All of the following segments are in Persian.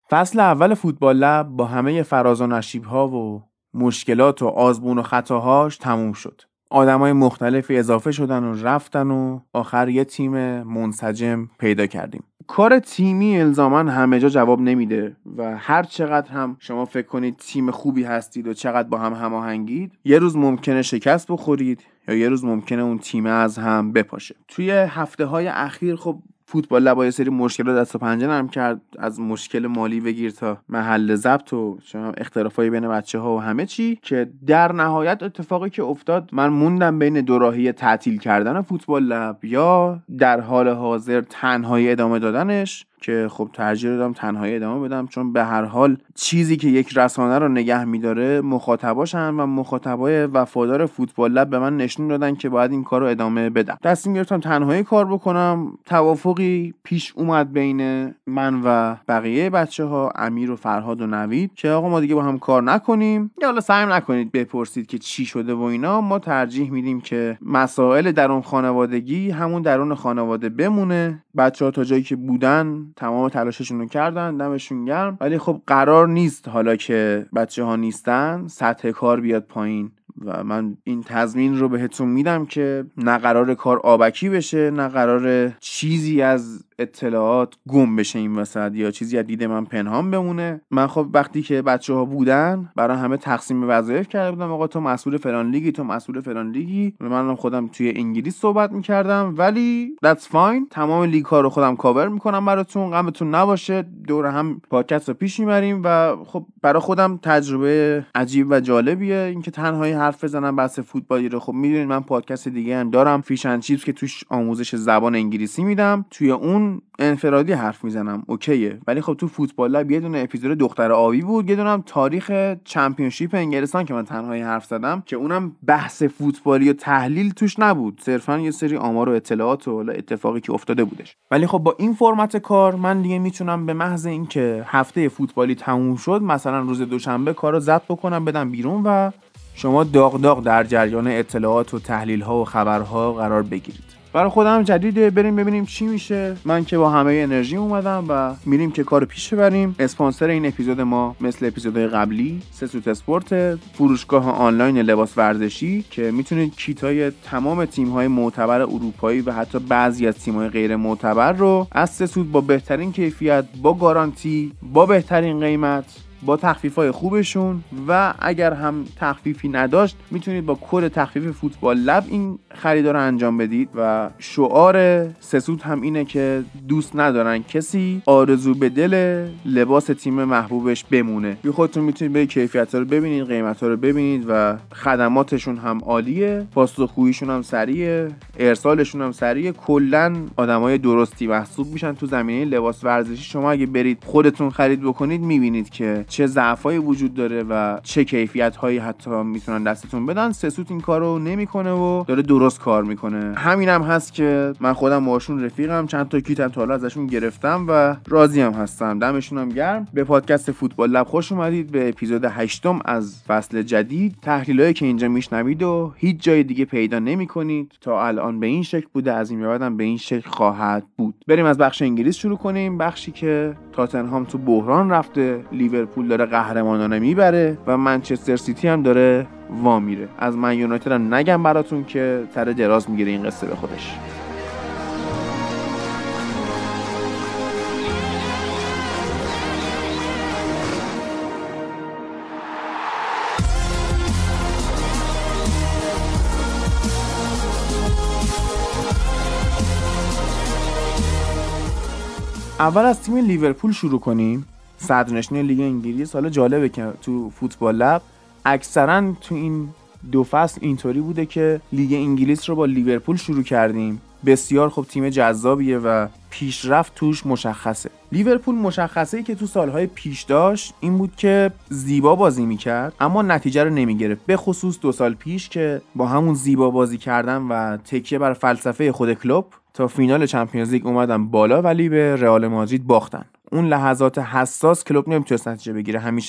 فصل اول فوتبال لب با همه فراز و نشیب‌ها و مشکلات و آزمون و خطاهاش تموم شد. آدمای مختلفی اضافه شدن و رفتن و آخر یه تیم منسجم پیدا کردیم. کار تیمی الزاماً همه جا جواب نمیده و هر چقدر هم شما فکر کنید تیم خوبی هستید و چقدر با هم هماهنگید، یه روز ممکنه شکست بخورید یا یه روز ممکنه اون تیم از هم بپاشه. توی هفته‌های اخیر خب فوتبال لب یه سری مشکلات دست و پنجه نرم کرد، از مشکل مالی بگیر تا محل ضبط و اختلافای بین بچه‌ها و همه چی، که در نهایت اتفاقی که افتاد من موندم بین دو راهی: تعطیل کردن فوتبال لب یا در حال حاضر تنهایی ادامه دادنش، که خب ترجیح دادم تنهایی ادامه بدم، چون به هر حال چیزی که یک رسانه رو نگه می‌داره مخاطباشن و مخاطبای وفادار فوتبال لب به من نشون دادن که باید این کار رو ادامه بدم. تصمیم گرفتم تنهایی کار بکنم. توافقی پیش اومد بین من و بقیه بچه‌ها، امیر و فرهاد و نوید، که آقا ما دیگه با هم کار نکنیم، یا حالا سعی نکنید بپرسید که چی شده و اینا. ما ترجیح میدیم که مسائل درون خانوادگی همون درون خانواده بمونه. بچه‌ها تا جایی که بودن تمام تلاششون رو کردن، دمشون گرم، ولی خب قرار نیست حالا که بچه‌ها نیستن سطح کار بیاد پایین و من این تضمین رو بهتون میدم که نه قرار کار آبکی بشه، نه قرار چیزی از اطلاعات گم بشه این وسط یا چیزی از دید من پنهان بمونه. من خب وقتی که بچه‌ها بودن برای همه تقسیم وظایف کرده بودم، آقا تو مسئول فلان لیگی، تو مسئول فلان لیگی. منم خودم توی انگلیس صحبت می‌کردم، ولی that's fine، تمام لیگ ها رو خودم کاور می‌کنم براتون، غمتون نباشه، دور هم پادکست رو پیش می‌بریم. و خب برای خودم تجربه عجیب و جالبیه اینکه تنهایی حرف بزنم بحث فوتبالی رو. خب می‌دونید من پادکست دیگه هم دارم، فیش اند چیپس، که توش آموزش زبان انگلیسی میدم، توی اون انفرادی حرف میزنم، اوکیه. ولی خب تو فوتبال لب یه دونه اپیزود دختر آبی بود، یه دونه هم تاریخ چمپیونشیپ انگلستان که من تنهایی حرف زدم، که اونم بحث فوتبالی و تحلیل توش نبود، صرفا یه سری آمار و اطلاعات و اتفاقی که افتاده بودش. ولی خب با این فرمت کار من دیگه میتونم به محض اینکه هفته فوتبالی تموم شد، مثلا روز دوشنبه کارو ضبط بکنم بدم بیرون و شما داغ داغ در جریان اطلاعات و تحلیل ها و خبرها قرار بگیرید. برای خودم جدیده، بریم ببینیم چی میشه. من که با همه انرژی اومدم و میریم که کارو پیش ببریم. اسپانسر این اپیزود ما مثل اپیزودهای قبلی سسوت اسپورت، فروشگاه آنلاین لباس ورزشی که میتونید کیتای تمام تیم‌های معتبر اروپایی و حتی بعضی از تیم‌های غیر معتبر رو از سسوت با بهترین کیفیت، با گارانتی، با بهترین قیمت، با تخفیف‌های خوبشون، و اگر هم تخفیفی نداشت میتونید با کد تخفیف فوتبال لب این خریدا رو انجام بدید. و شعار سسود هم اینه که دوست ندارن کسی آرزو به دل لباس تیم محبوبش بمونه. بی خودتون میتونید به کیفیت‌ها رو ببینید، قیمت‌ها رو ببینید و خدماتشون هم عالیه، پاسخگوییشون هم سریعه، ارسالشون هم سریعه. کلاً آدمای درستی محسوب میشن تو زمینه لباس ورزشی. شما اگه برید خودتون خرید بکنید میبینید که چه ضعفایی وجود داره و چه کیفیت‌هایی حتی میتونن دستتون بدن. سسوت این کارو نمیکنه و داره درست کار میکنه. همینم هست که من خودم باهاشون رفیقم، چند تا کیتم تا حالا ازشون گرفتم و راضیم هستم. دمشون هم گرم. به پادکست فوتبال لب خوش اومدید، به اپیزود 8 از فصل جدید. تحلیلایی که اینجا میشنوید و هیچ جای دیگه پیدا نمیکنید. تا الان به این شکل بوده، از این به بعدم به این شکل خواهد بود. بریم از بخش انگلیس شروع کنیم، بخشی که تاتنهام تو بحران رفته، لیورپول داره قهرمانانه میبره و منچستر سیتی هم داره وا میره. از من یونایتد هم نگم براتون که سر دراز میگیره این قصه به خودش. اول از تیم لیورپول شروع کنیم، صدرنشین لیگ انگلیس. حالا جالبه که تو فوتبال لب اکثرا تو این دو فصل اینطوری بوده که لیگ انگلیس رو با لیورپول شروع کردیم. بسیار خب تیم جذابیه و پیشرفت توش مشخصه. لیورپول مشخصه‌ای که تو سالهای پیش داشت این بود که زیبا بازی میکرد اما نتیجه رو نمیگرفت، به خصوص 2 سال پیش که با همون زیبا بازی کردن و تکیه بر فلسفه خود کلوپ تا فینال چمپیونز لیگ اومدن بالا، ولی به رئال مادرید باختن. اون لحظات حساس کلوب نمیتونست نتیجه بگیره، همیشه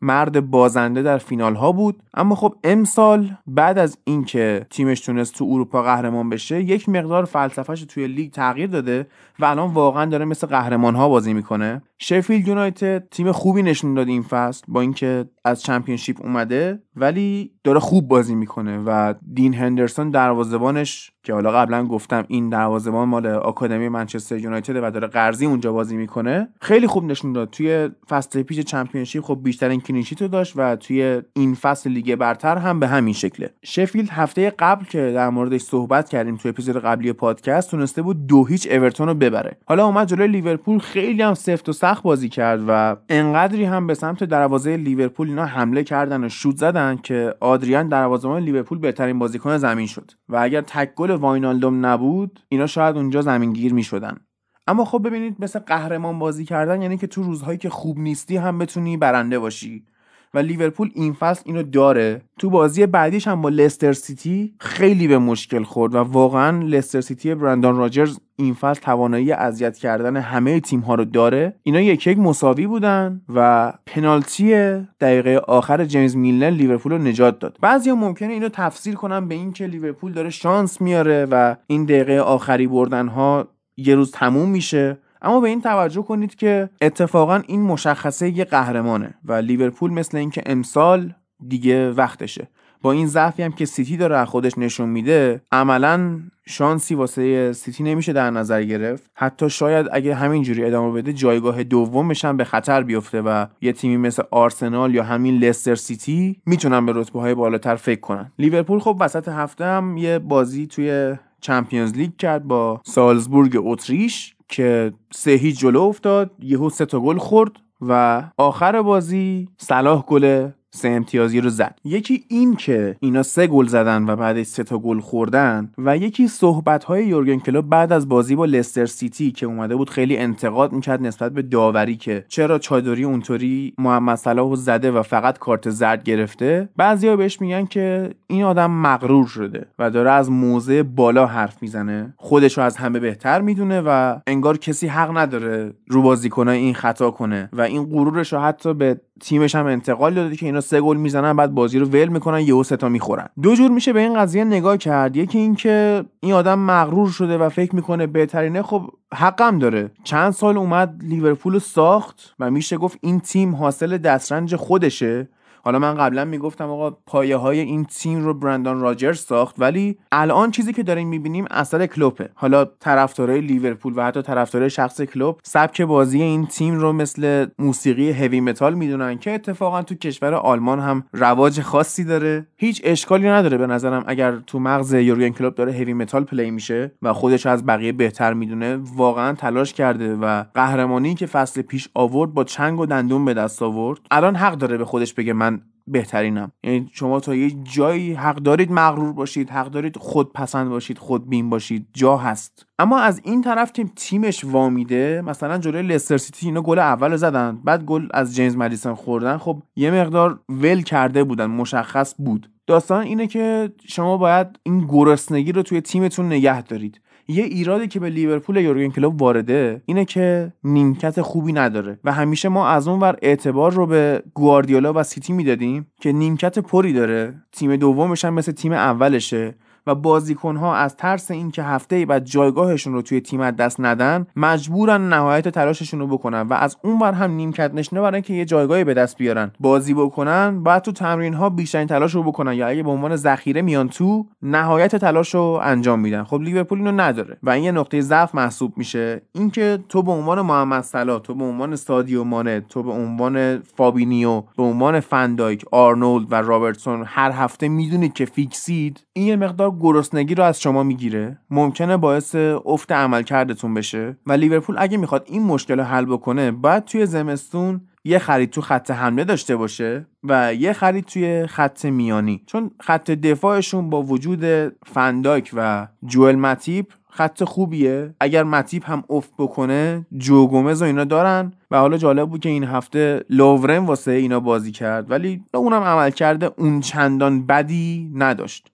مرد بازنده در فینال ها بود. اما خب امسال بعد از اینکه تیمش تونست تو اروپا قهرمان بشه یک مقدار فلسفه‌اش توی لیگ تغییر داده و الان واقعا داره مثل قهرمان ها بازی میکنه. شفیلد یونایتد تیم خوبی نشون داد این فصل، با اینکه از چمپیونشیپ اومده ولی داره خوب بازی میکنه و دین هندرسون دروازه‌بانش که حالا قبلا گفتم این دروازه‌بان مال آکادمی منچستر یونایتد و داره قرضی اونجا بازی میکنه، خیلی خوب نشون داد. توی فصل پیش چمپیونشیپ خب بیشترین کلین شیت رو داشت و توی این فصل لیگ برتر هم به همین شکله. شفیلد هفته قبل که در موردش صحبت کردیم توی اپیزود قبلی پادکست تونسته بود 2-0 اورتون رو ببره. حالا اومد جلوی لیورپول خیلی هم سفت و سخت بازی کرد و انقدری هم به سمت دروازه لیورپول اینا حمله کردن و شوت زدن که آدریان دروازه‌بان لیورپول بهترین بازیکن زمین شد و اگر تک گل واینالدوم نبود اینا شاید اونجا زمینگیر می‌شدن. اما خب ببینید مثل قهرمان بازی کردن یعنی که تو روزهایی که خوب نیستی هم بتونی برنده باشی و لیورپول این فصل اینو داره. تو بازی بعدیش هم با لستر سیتی خیلی به مشکل خورد و واقعا لستر سیتی برندان راجرز این فصل توانایی اذیت کردن همه تیم‌ها رو داره. اینا 1-1 مساوی بودن و پنالتی دقیقه آخر جیمز میلنر لیورپول رو نجات داد. بعضیا ممکنه اینو تفسیر کنن به این که لیورپول داره شانس میاره و این دقیقه آخری بردن‌ها یه روز تموم میشه، اما به این توجه کنید که اتفاقا این مشخصه یه قهرمانه و لیورپول مثل این که امسال دیگه وقتشه. با این ضعفی هم که سیتی داره از خودش نشون میده عملاً شانسی واسه سیتی نمیشه در نظر گرفت. حتی شاید اگه همینجوری ادامه بده جایگاه دومش هم به خطر بیفته و یه تیمی مثل آرسنال یا همین لستر سیتی میتونن به رتبه‌های بالاتر فکر کنن. لیورپول خب وسط هفته هم یه بازی توی چمپیونز لیگ کرد با سالزبورگ اتریش که 3-0 جلو افتاد، یهو 3 تا گل خورد و آخر بازی صلاح گل 3 امتیازی رو زد. یکی این که اینا 3 گل زدن و بعدش 3 تا گل خوردن و یکی صحبت‌های یورگن کلوپ بعد از بازی با لستر سیتی که اومده بود خیلی انتقاد می‌کرد نسبت به داوری که چرا چادری اونطوری محمد صلاحو زده و فقط کارت زرد گرفته. بعضیا بهش میگن که این آدم مغرور شده و داره از موضع بالا حرف میزنه، خودشو از همه بهتر میدونه و انگار کسی حق نداره رو بازیکنای این خطا کنه و این غرورش رو حتی به تیمش هم انتقال داده که اینا 3 گل میزنن بعد بازی رو ول میکنن یهو 3 تا میخورن. دو جور میشه به این قضیه نگاه کرد. یکی این که این آدم مغرور شده و فکر میکنه بهترینه، خب حقم داره. چند سال اومد لیورپول ساخت و میشه گفت این تیم حاصل دسترنج خودشه. حالا من قبلا میگفتم آقا پایه های این تیم رو برندان راجرز ساخت، ولی الان چیزی که داریم میبینیم اثر کلوپه. حالا طرفدارای لیورپول و حتی طرفدارای شخص کلوپ سبک بازی این تیم رو مثل موسیقی هوی متال میدونن که اتفاقا تو کشور آلمان هم رواج خاصی داره. هیچ اشکالی نداره به نظرم اگر تو مغز یورگن کلوپ داره هوی متال پلی میشه و خودش از بقیه بهتر میدونه. واقعا تلاش کرده و قهرمانی که فصل پیش آورد با چنگ و دندون به دست آورد. الان حق داره به خودش بگه من بهترینم. یعنی شما تا یه جایی حق دارید مغرور باشید، حق دارید خودپسند باشید، خودبین باشید، جا هست. اما از این طرف که تیمش وامیده، مثلا جلوی لستر سیتی اینا گل اول زدن، بعد گل از جیمز مدیسون خوردن، خب یه مقدار ول کرده بودن، مشخص بود. داستان اینه که شما باید این گرسنگی رو توی تیمتون نگه دارید. یه ایرادی که به لیورپول یورگن کلوپ وارده اینه که نیمکت خوبی نداره و همیشه ما از اون ور اعتبار رو به گواردیولا و سیتی میدادیم که نیمکت پری داره، تیم دومش هم مثل تیم اولشه و بازیکن‌ها از ترس این که هفته بعد جایگاهشون رو توی تیم از دست ندن مجبورن نهایت تلاششون رو بکنن و از اون ور هم نیمکت نشینه برای اینکه یه جایگاهی به دست بیارن بازی بکنن، بعد تو تمرین‌ها بیشترین تلاش رو بکنن یا اگه به عنوان ذخیره میان تو نهایت تلاش رو انجام میدن. خب لیورپول اینو نداره و این یه نقطه ضعف محسوب میشه. اینکه تو به عنوان محمد صلاح، تو به عنوان سادیو مانه، تو به عنوان فابینیو، به عنوان فندایک، آرنولد و رابرتسون هر هفته میدونید که فیکسید، این یه مقدار گرسنگی رو از شما میگیره، ممکنه باعث افت عملکردتون بشه و لیورپول اگه میخواد این مشکل رو حل بکنه باید توی زمستون یه خرید تو خط حمله داشته باشه و یه خرید توی خط میانی، چون خط دفاعشون با وجود فندایک و جوئل ماتیپ خط خوبیه. اگر ماتیپ هم افت بکنه جو گومز و اینا دارن و حالا جالب بود که این هفته لوورن واسه اینا بازی کرد ولی اونم عمل کرده اون چندان بدی نداشت.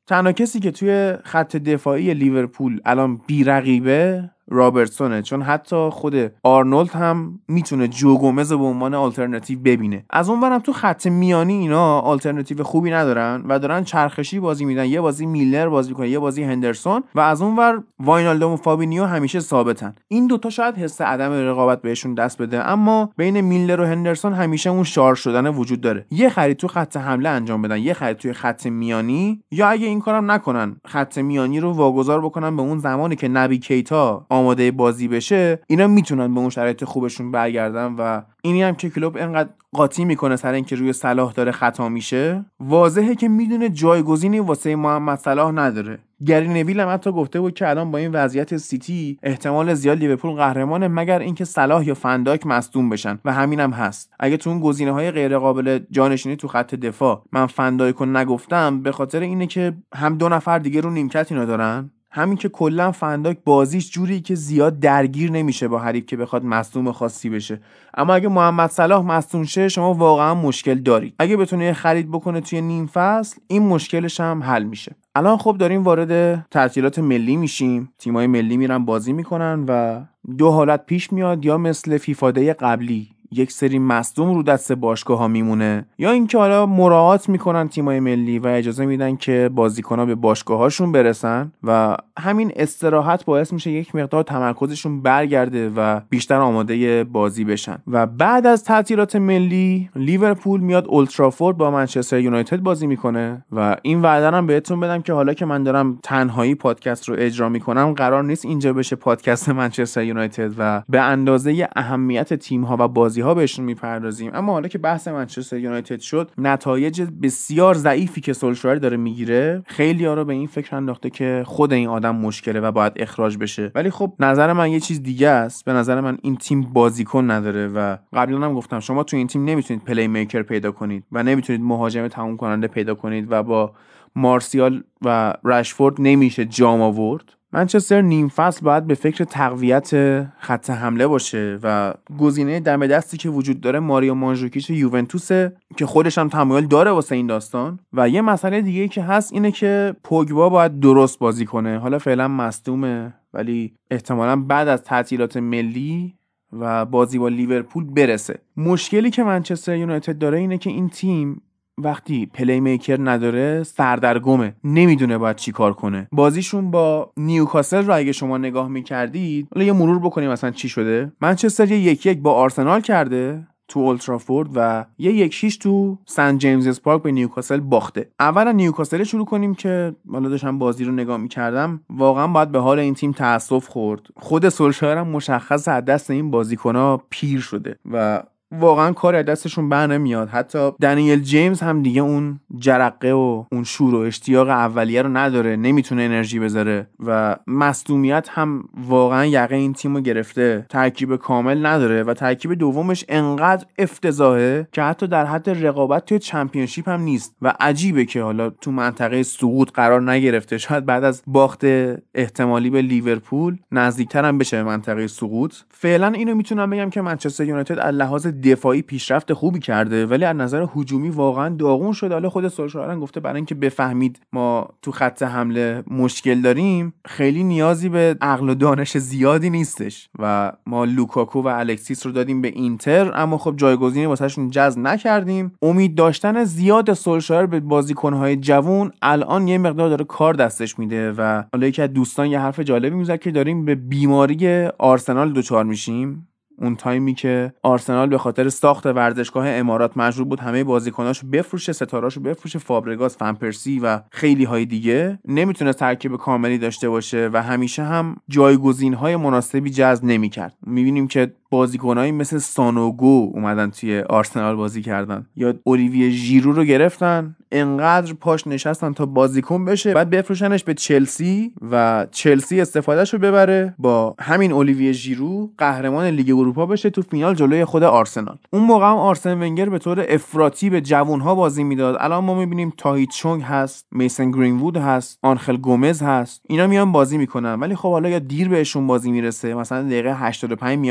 تنها کسی که توی خط دفاعی لیورپول الان بی‌رقیبه رابرتسونه، چون حتی خود آرنولد هم میتونه جو گومز به عنوان آلترناتیو ببینه. از اون برم تو خط میانی اینا آلترناتیو خوبی ندارن و دارن چرخشی بازی میدن، یه بازی میلنر بازی میکنه، یه بازی هندرسون و از اون ور واینالدوم و فابینیو همیشه ثابتن. این دوتا شاید حس عدم رقابت بهشون دست بده، اما بین میلنر و هندرسون همیشه اون شارژ شدن وجود داره. یه خرید تو خط حمله انجام بدن، یه خرید توی خط میانی، یا اگه این کارم نکنن خط میانی رو واگذار بکنن به اون زمانی که نبی کیتا آماده بازی بشه، اینا میتونن به اون شرایط خوبشون برگردن. و اینی هم که کلوب اینقدر قاطی میکنه سر اینکه روی صلاح داره خطا میشه، واضحه که میدونه جایگزینی واسه محمد صلاح نداره. گری نویل هم حتی گفته بود که الان با این وضعیت سیتی احتمال زیاد لیورپول قهرمانه مگر اینکه صلاح یا فنداک مصدوم بشن و همینم هست. اگه تو اون گزینه‌های غیر قابل جانشینی تو خط دفاع من فنداک رو نگفتم به خاطر اینه که هم 2 نفر دیگه رو نیمکت اینا دارن، همین که کلا فنداک بازیش جوری که زیاد درگیر نمیشه با حریف که بخواد مصدوم خاصی بشه. اما اگه محمد صلاح مصدوم شه شما واقعا مشکل دارید. اگه بتونه یه خرید بکنه توی نیم فصل این مشکلش هم حل میشه. الان خب داریم وارد تعطیلات ملی میشیم، تیمای ملی میرن بازی میکنن و 2 حالت پیش میاد، یا مثل فیفا دی قبلی یک سری مصدوم رو دست باشگاه‌ها میمونه، یا اینکه حالا مراعات میکنن تیمای ملی و اجازه میدن که بازیکن‌ها به باشگاه‌هاشون برسن و همین استراحت باعث میشه یک مقدار تمرکزشون برگرده و بیشتر آماده بازی بشن. و بعد از تعطیلات ملی لیورپول میاد اولترافورد با منچستر یونایتد بازی میکنه و این وعده رو بهتون بدم که حالا که من دارم تنهایی پادکست رو اجرا میکنم قرار نیست اینجا بشه پادکست منچستر یونایتد و به اندازه اهمیت تیم‌ها و ها بهشون میپردازیم. اما حالا که بحث منچستر یونایتد شد، نتایج بسیار ضعیفی که سولشایر داره میگیره خیلی‌ها رو به این فکر انداخته که خود این آدم مشکله و باید اخراج بشه. ولی خب نظر من یه چیز دیگه است. به نظر من این تیم بازیکن نداره و قبلا هم گفتم شما تو این تیم نمیتونید پلی میکر پیدا کنید و نمیتونید مهاجم تموم کننده پیدا کنید و با مارسیال و رشفورد نمیشه جام آورد. منچستر نیم فصل باید به فکر تقویت خط حمله باشه و گزینه دم دستی که وجود داره ماریو مانجوکیچ یوونتوسه که خودش هم تمایل داره واسه این داستان. و یه مسئله دیگه که هست اینه که پوگبا باید درست بازی کنه. حالا فعلا مصدومه ولی احتمالاً بعد از تعطیلات ملی و بازی با لیورپول برسه. مشکلی که منچستر یونایتد داره اینه که این تیم وقتی پلی میکر نداره سردرگمه، نمیدونه باید چی کار کنه. بازیشون با نیوکاسل رو اگه شما نگاه میکردید، حالا یه مرور بکنیم مثلا چی شده. منچستر یه 1-1 با آرسنال کرده تو اولترافورد و یه 1-6 تو سن جیمزز پارک به نیوکاسل باخته. اولا نیوکاسل شروع کنیم که حالا داشتم بازی رو نگاه میکردم، واقعا باید به حال این تیم تأسف خورد. خود سولشایر هم مشخص از دست این بازیکن‌ها پیر شده و واقعا کار از دستشون بر نمیاد. حتی دنیل جیمز هم دیگه اون جرقه و اون شور و اشتیاق اولیه رو نداره، نمیتونه انرژی بذاره و مصدومیت هم واقعا یقه این تیمو گرفته. ترکیب کامل نداره و ترکیب دومش انقدر افتضاحه که حتی در حد رقابت توی چمپیونشیپ هم نیست و عجیبه که حالا تو منطقه سقوط قرار نگرفته. شاید بعد از باخت احتمالی به لیورپول نزدیکتر هم بشه به منطقه سقوط. فعلا اینو میتونم بگم که منچستر یونایتد از لحاظ دفاعی پیشرفت خوبی کرده ولی از نظر هجومی واقعا داغون شده. حالا خود سولشایر هم گفته برای اینکه بفهمید ما تو خط حمله مشکل داریم خیلی نیازی به عقل و دانش زیادی نیستش و ما لوکاکو و الکسیس رو دادیم به اینتر اما خب جایگزینی واسهشون جذب نکردیم. امید داشتن زیاد سولشایر به بازیکن‌های جوان الان یه مقدار داره کار دستش میده و حالا یکی از دوستان یه حرف جالبی میزنه که داریم به بیماری آرسنال دچار میشیم. اون تایمی که آرسنال به خاطر ساخت ورزشگاه امارات مجبور بود همه بازیکناشو بفروشه، ستارهاشو بفروشه، فابرگاس، فنپرسی و خیلی های دیگه، نمیتونه ترکیب کاملی داشته باشه و همیشه هم جایگزین‌های مناسبی جذب نمی‌کرد. می‌بینیم که بازیکنایی مثل سانوگو اومدن توی آرسنال بازی کردن یا اولیویه ژیرو رو گرفتن، انقدر پاش نشستن تا بازیکن بشه، بعد بفروشنش به چلسی و چلسی استفادهشو ببره با همین اولیویه ژیرو قهرمان لیگ اروپا بشه تو فینال جلوی خود آرسنال. اون موقع هم آرسن ونگر به طور افراطی به جوانها بازی میداد. الان ما میبینیم تاهیت چونگ هست، میسن گرین‌وود هست، آنخل گومز هست، اینا میان بازی میکنن ولی خب حالا یا دیر بهشون بازی میرسه، مثلا دقیقه 85 میان تو،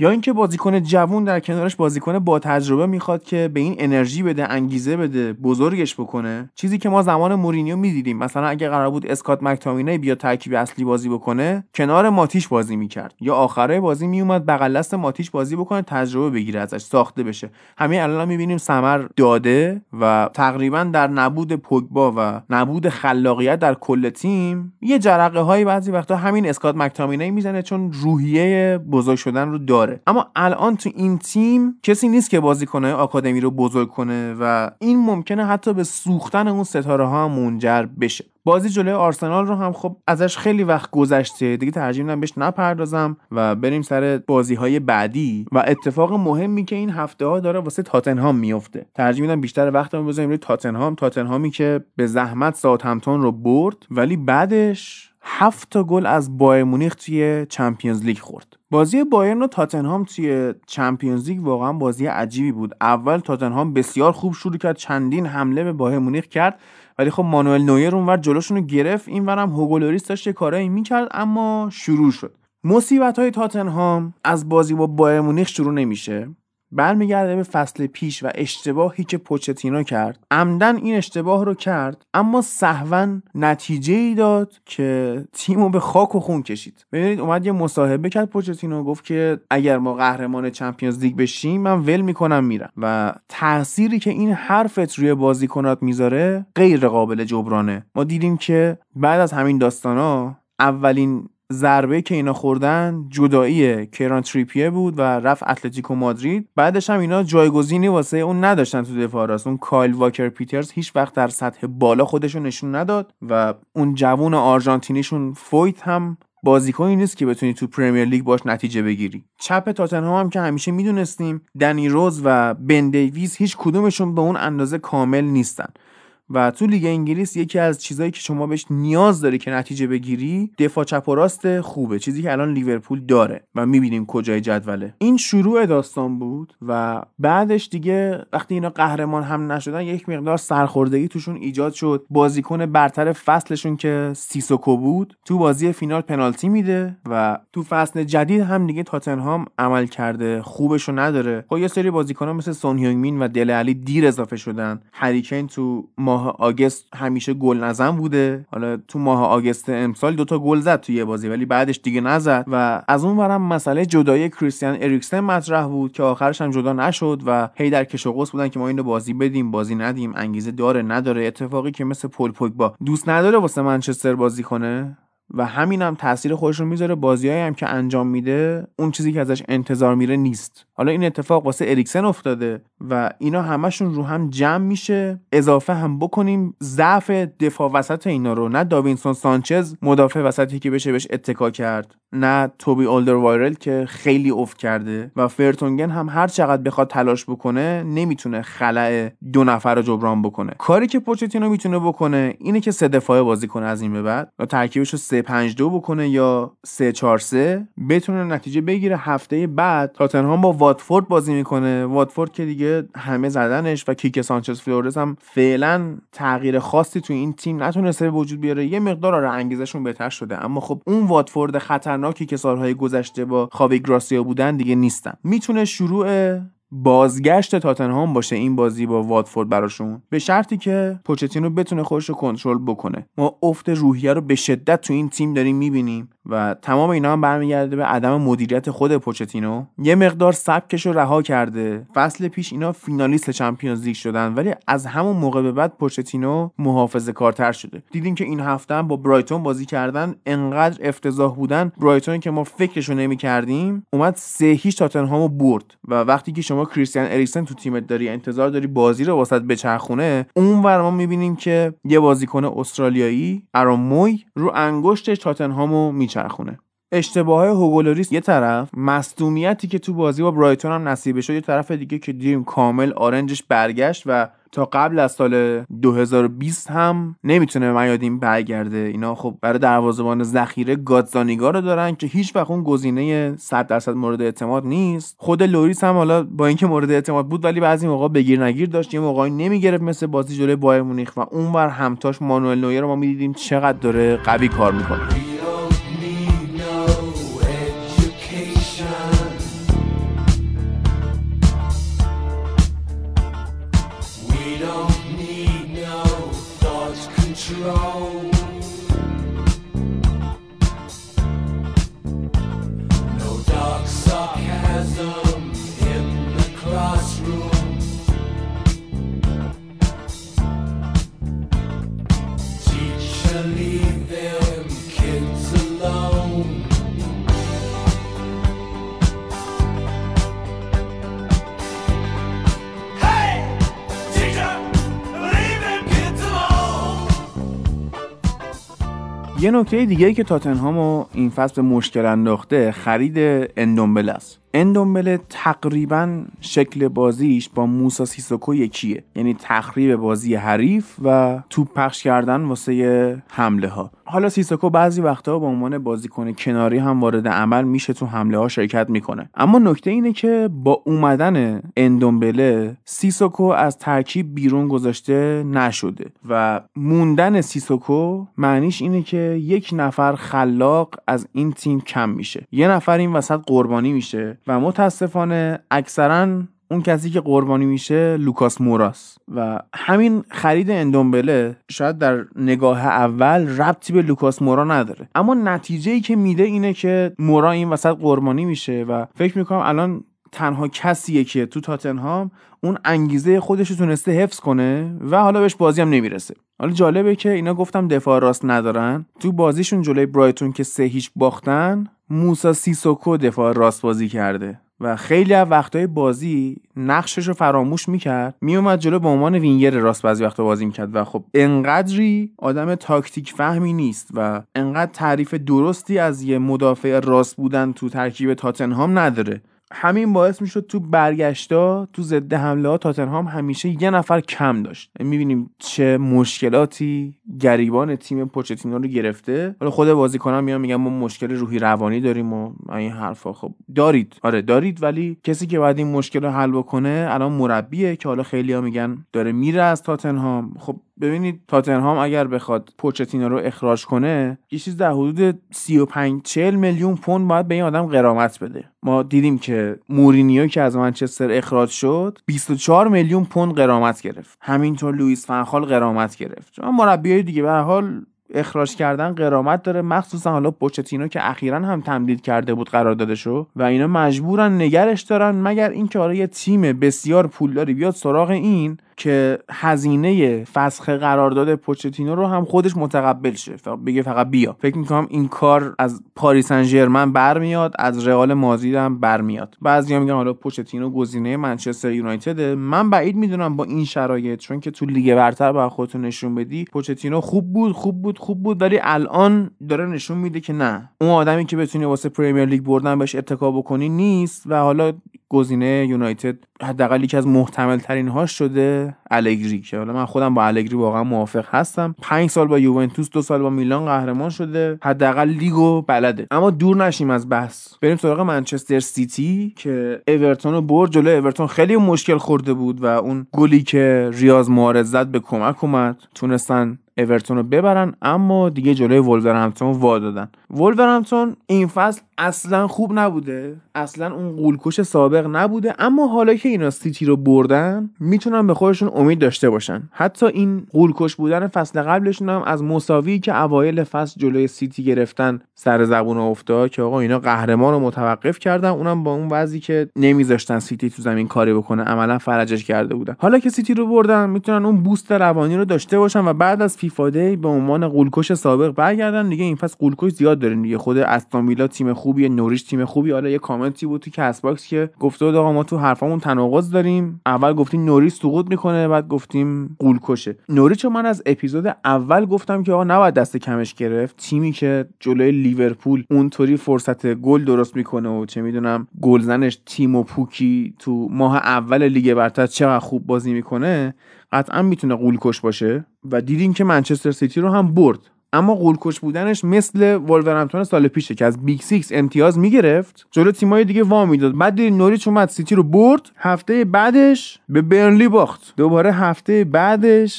یا اینکه بازیکن جوون در کنارش بازیکن با تجربه میخواد که به این انرژی بده، انگیزه بده، بزرگش بکنه. چیزی که ما زمان مورینیو میدیدیم، مثلا اگه قرار بود اسکات مک‌تامینی بیا ترکیب اصلی بازی بکنه، کنار ماتیش بازی میکرد یا آخرای بازی میومد بغل دست ماتیش بازی بکنه، تجربه بگیره ازش، ساخته بشه. همین الان میبینیم ثمر داده و تقریبا در نبود پوگبا و نبود خلاقیت در کل تیم یه جرقه های بعضی وقتا همین اسکات مک‌تامینی میزنه، چون روحیه بزرگ شدن رو داره. اما الان تو این تیم کسی نیست که بازیکن‌های آکادمی رو بزرگ کنه و این ممکنه حتی به سوختن اون ستاره ها منجر بشه. بازی جلوی آرسنال رو هم خب ازش خیلی وقت گذشته دیگه، ترجیح میدم بهش نپردازم و بریم سر بازی‌های بعدی. و اتفاق مهمی که این هفته‌ها داره واسه تاتنهام میفته، ترجیح میدم بیشتر وقتمو بذاریم روی تاتنهامی که به زحمت ساوثهمپتون رو برد ولی بعدش 7 تا گل از بایر مونیخ توی چمپیونز لیگ خورد. بازی بایرن و تاتنهام توی چمپیونز لیگ واقعا بازی عجیبی بود. اول تاتنهام بسیار خوب شروع کرد، چندین حمله به بایر مونیخ کرد ولی خب مانوئل نویر اونور جلوشون رو گرفت، اینورم هوگو لوریس داشت کارایی میکرد اما شروع شد. مصیبت‌های تاتنهام از بازی با بایر مونیخ شروع نمیشه، برمیگرده به فصل پیش و اشتباهی که پوچتینو کرد. عمدن این اشتباه رو کرد اما سهواً نتیجه‌ای داد که تیمو به خاک و خون کشید. ببینید اومد یه مصاحبه کرد پوچتینو، گفت که اگر ما قهرمان چمپیونز لیگ بشیم من ول میکنم میرم و تأثیری که این حرفت روی بازیکنات میذاره غیر قابل جبرانه. ما دیدیم که بعد از همین داستانا اولین ضربه که اینا خوردن جدایی کیران تریپیه بود و رفت اتلتیکو مادرید. بعدش هم اینا جایگزینی واسه اون نداشتن تو دفاع راست. اون کایل واکر پیترز هیچ وقت در سطح بالا خودشو نشون نداد و اون جوون آرژانتینیشون فویت هم بازیکنی نیست که بتونی تو پرمیر لیگ باش نتیجه بگیری. چپ تاتنهام هم که همیشه میدونستیم دنی روز و بن دیویس هیچ کدومشون به اون اندازه کامل نیستن و تو لیگ انگلیس یکی از چیزایی که شما بهش نیاز داری که نتیجه بگیری دفاع چپ و راست خوبه، چیزی که الان لیورپول داره و میبینیم کجای جدوله. این شروع داستان بود و بعدش دیگه وقتی اینا قهرمان هم نشدن یک مقدار سرخوردگی توشون ایجاد شد. بازیکن برتر فصلشون که سیسوکو بود تو بازی فینال پنالتی میده و تو فصل جدید هم دیگه تاتنهام عمل کرده خوبشو نداره. خب یه سری بازیکن‌ها مثل سون هیونگ مین و دل علی دیر اضافه شدن. هری کین تو ماه آگوست همیشه گل نزن بوده، حالا تو ماه آگوست امسال 2 تا گل زد توی بازی ولی بعدش دیگه نزد و از اون ورم مسئله جدایی کریستیان اریکسن مطرح بود که آخرش هم جدا نشد و هی در کش و قوس بودن که ما اینو بازی بدیم بازی ندیم، انگیزه داره نداره. اتفاقی که مثل پول پوگبا دوست نداره واسه منچستر بازی کنه و همینم تاثیر خودش رو میذاره. بازیایی هم که انجام میده اون چیزی که ازش انتظار میره نیست. حالا این اتفاق واسه اریکسن افتاده و اینا همشون رو هم جمع میشه. اضافه هم بکنیم ضعف دفاع وسط اینا رو، نه داوینسون سانچز مدافع وسطی که بشه بهش اتکا کرد، نه توبی اولدروایرل که خیلی افت کرده و فرتونگن هم هر چقدر بخواد تلاش بکنه نمیتونه خلأ 2 نفر رو جبران بکنه. کاری که پوچتینو میتونه بکنه اینه که 3 دفاعه بازی کنه از این به بعد و ترکیبش رو 3-5-2 بکنه یا 3-4-3 بتونه نتیجه بگیره. هفته بعد تاتنهام با واتفورد بازی میکنه. واتفورد که دیگه همه زدنش و کیک سانچز فلورز هم فعلا تغییر خاصی تو این تیم نتونسته به وجود بیاره. یه مقدار آره انگیزشون بهتر شده اما خب اون واتفورد خطرناکی که سالهای گذشته با خاوی گراسیا بودن دیگه نیستن. میتونه شروع بازگشت تاتنهام باشه این بازی با واتفورد براشون، به شرطی که پوچتینو بتونه خودش رو کنترل بکنه. ما افت روحیه رو به شدت تو این تیم داریم میبینیم و تمام اینا هم برمیگرده به عدم مدیریت خود پوچتینو. یه مقدار سبکش رو رها کرده. فصل پیش اینا فینالیست چمپیونز لیگ شدن ولی از همون موقع به بعد پوچتینو محافظه‌کارتر شده. دیدین که این هفته هم با برایتون بازی کردن انقدر افتضاح بودن. برایتون که ما فکرشو نمی‌کردیم اومد 3-0 تاتنهامو برد و وقتی که شما کریستیان اریکسن تو تیمت داری انتظار داری بازی رو واسط بچرخونه، اونور ما می‌بینیم که یه بازیکن استرالیایی آرون موی رو انگشتش تاتنهامو میچرخونه. اشتباههای هوگو لوریس یه طرف، مصدومیتی که تو بازی با برایتون هم نصیبش شد یه طرف دیگه که دیدیم کامل آرنجش برگشت و تا قبل از سال 2020 هم نمیتونه به میادین برگرده. اینا خب برای دروازه‌بان ذخیره گاتزانیگا رو دارن که هیچ وقت اون گزینه 100% مورد اعتماد نیست. خود لوریس هم حالا با اینکه مورد اعتماد بود ولی بعضی موقع بگیر نگیر داشت، یه موقعی نمیگرفت مثل بازی جلوی بایر مونیخ و اونور همتاش مانوئل نویر رو ما میدیدیم چقدر داره قوی کار میکنه. don't need no thought control. No dark sarcasm in the classroom. Teacher, leave them kids alone. یه نکته دیگه‌ای که تاتنهامو این فصل به مشکل انداخته خرید اندومبله است. اندومبله تقریباً شکل بازیش با موسا سیسوکو یکیه، یعنی تخریب بازی حریف و توپ پخش کردن واسه حمله ها. حالا سیسوکو بعضی وقتا به عنوان بازیکن کناری هم وارد عمل میشه، تو حمله ها شرکت میکنه. اما نکته اینه که با اومدن اندومبله سیسوکو از ترکیب بیرون گذاشته نشده و موندن سیسوکو معنیش اینه که یک نفر خلاق از این تیم کم میشه، یه نفر این وسط قربانی میشه و متاسفانه اکثرا اون کسی که قربانی میشه لوکاس موراست و همین خرید اندومبله شاید در نگاه اول ربطی به لوکاس مورا نداره، اما نتیجه‌ای که میده اینه که مورا این وسط قربانی میشه و فکر میکنم الان تنها کسیه که تو تاتنهام اون انگیزه خودش رو تونسته حفظ کنه و حالا بهش بازی هم نمیرسه. حالا جالبه که اینا گفتم دفاع راست ندارن، تو بازیشون جلوی برایتون که 3-0 باختن موسا سیسوکو دفاع راست بازی کرده و خیلی از وقتای بازی نقشش رو فراموش میکرد، میومد جلو به عنوان وینگر راست بعضی وقتا بازی میکرد و خب انقدری آدم تاکتیک فهمی نیست و انقدر تعریف درستی از یه مدافع راست بودن تو ترکیب تاتنهام نداره. همین باعث میشد تو برگشتا تو ضد حمله ها تاتنهام همیشه یه نفر کم داشت. میبینیم چه مشکلاتی گریبان تیم پوچتینو رو گرفته. حالا خود بازیکنان میگن ما مشکل روحی روانی داریم و این حرفا. خب دارید، آره دارید، ولی کسی که باید این مشکل رو حل بکنه الان مربیه که حالا خیلی‌ها میگن داره میره از تاتنهام. خب ببینید تاتنهام اگر بخواد پوچتینو رو اخراج کنه یه چیز در حدود 35-40 میلیون پوند باید به این آدم غرامت بده. ما دیدیم که مورینیو که از منچستر اخراج شد 24 میلیون پوند غرامت گرفت، همینطور لوئیس فنخال غرامت گرفت. چون مربیای دیگه به هر حال اخراج کردن غرامت داره، مخصوصا حالا پوچتینو که اخیراً هم تمدید کرده بود قراردادشو و اینا مجبورن نگرش دارن، مگر اینکه آره یه تیم بسیار پولداری بیاد سراغ این که هزینه فسخ قرارداد پوچتینو رو هم خودش متقبل شه، بگه فقط بیا. فکر می‌کنم این کار از پاریس سن ژرمن برمیاد، از رئال مادرید هم برمیاد. بعضیا میگن حالا پوچتینو گزینه منچستر یونایتد. من بعید میدونم با این شرایط، چون که تو لیگ برتر با خودتون نشون بدی پوچتینو خوب بود ولی الان داره نشون میده که نه، اون آدمی که بتونی واسه پرمیر لیگ بردن بهش اتکا بکنی نیست و حالا گزینه یونایتد حداقل یکی از محتمل ترین هاش شده الگری، که حالا من خودم با الگری واقعا موافق هستم. 5 سال با یوونتوس 2 سال با میلان قهرمان شده، حداقل لیگو بلده. اما دور نشیم از بحث، بریم سراغ منچستر سیتی که اورتون رو برد. جلوی اورتون خیلی مشکل خورده بود و اون گلی که ریاض محرز زد به کمک اومد، تونستن اورتون رو ببرن، اما دیگه جلوی وولورهمپتون وا دادن. وولورهمپتون این فصل اصلا خوب نبوده، اصلا اون غولکش سابق نبوده، اما حالا که اینا سیتی رو بردن میتونن به خودشون امید داشته باشن. حتی این غولکش بودن فصل قبلشون هم از مساوی که اوایل فصل جلوی سیتی گرفتن سر زبون افتاد که آقا اینا قهرمان رو متوقف کردن، اونم با اون وضعی که نمیذاشتن سیتی تو زمین کاری بکنه، عملا فرجش کرده بودن. حالا که سیتی رو بردن میتونن اون بوست روانی رو داشته باشن و بعد از فیفا دی به عنوان غولکش سابق برگردن. دیگه این فصل غولکش زیاد دارین دیگه. خود استون ویلا تیم خوبیه، نوریچ تیم خوبی. حالا یه کامنتی بود تو کست باکس که گفته بود آقا ما تو حرفامون تناقض داریم، اول گفتیم نوریچ سقوط میکنه، بعد گفتیم غولکشه. نوریچو من از اپیزود اول گفتم که آقا نباید دست کمش گرفت، تیمی که جلوی لیورپول اونطوری فرصت گل درست میکنه و چه میدونم گلزنش تیمو پوکی تو ماه اول لیگ برتر چقدر خوب بازی میکنه، قطعا میتونه غولکش باشه و دیدیم که منچستر سیتی رو هم برد. اما غولکش بودنش مثل وولورهمپتون سال پیشه که از بیگ 6 امتیاز میگرفت، جلو تیمای دیگه وا میداد. بعد دیدیم نوریچ اومد سیتی رو برد، هفته بعدش به برنلی باخت، دوباره هفته بعدش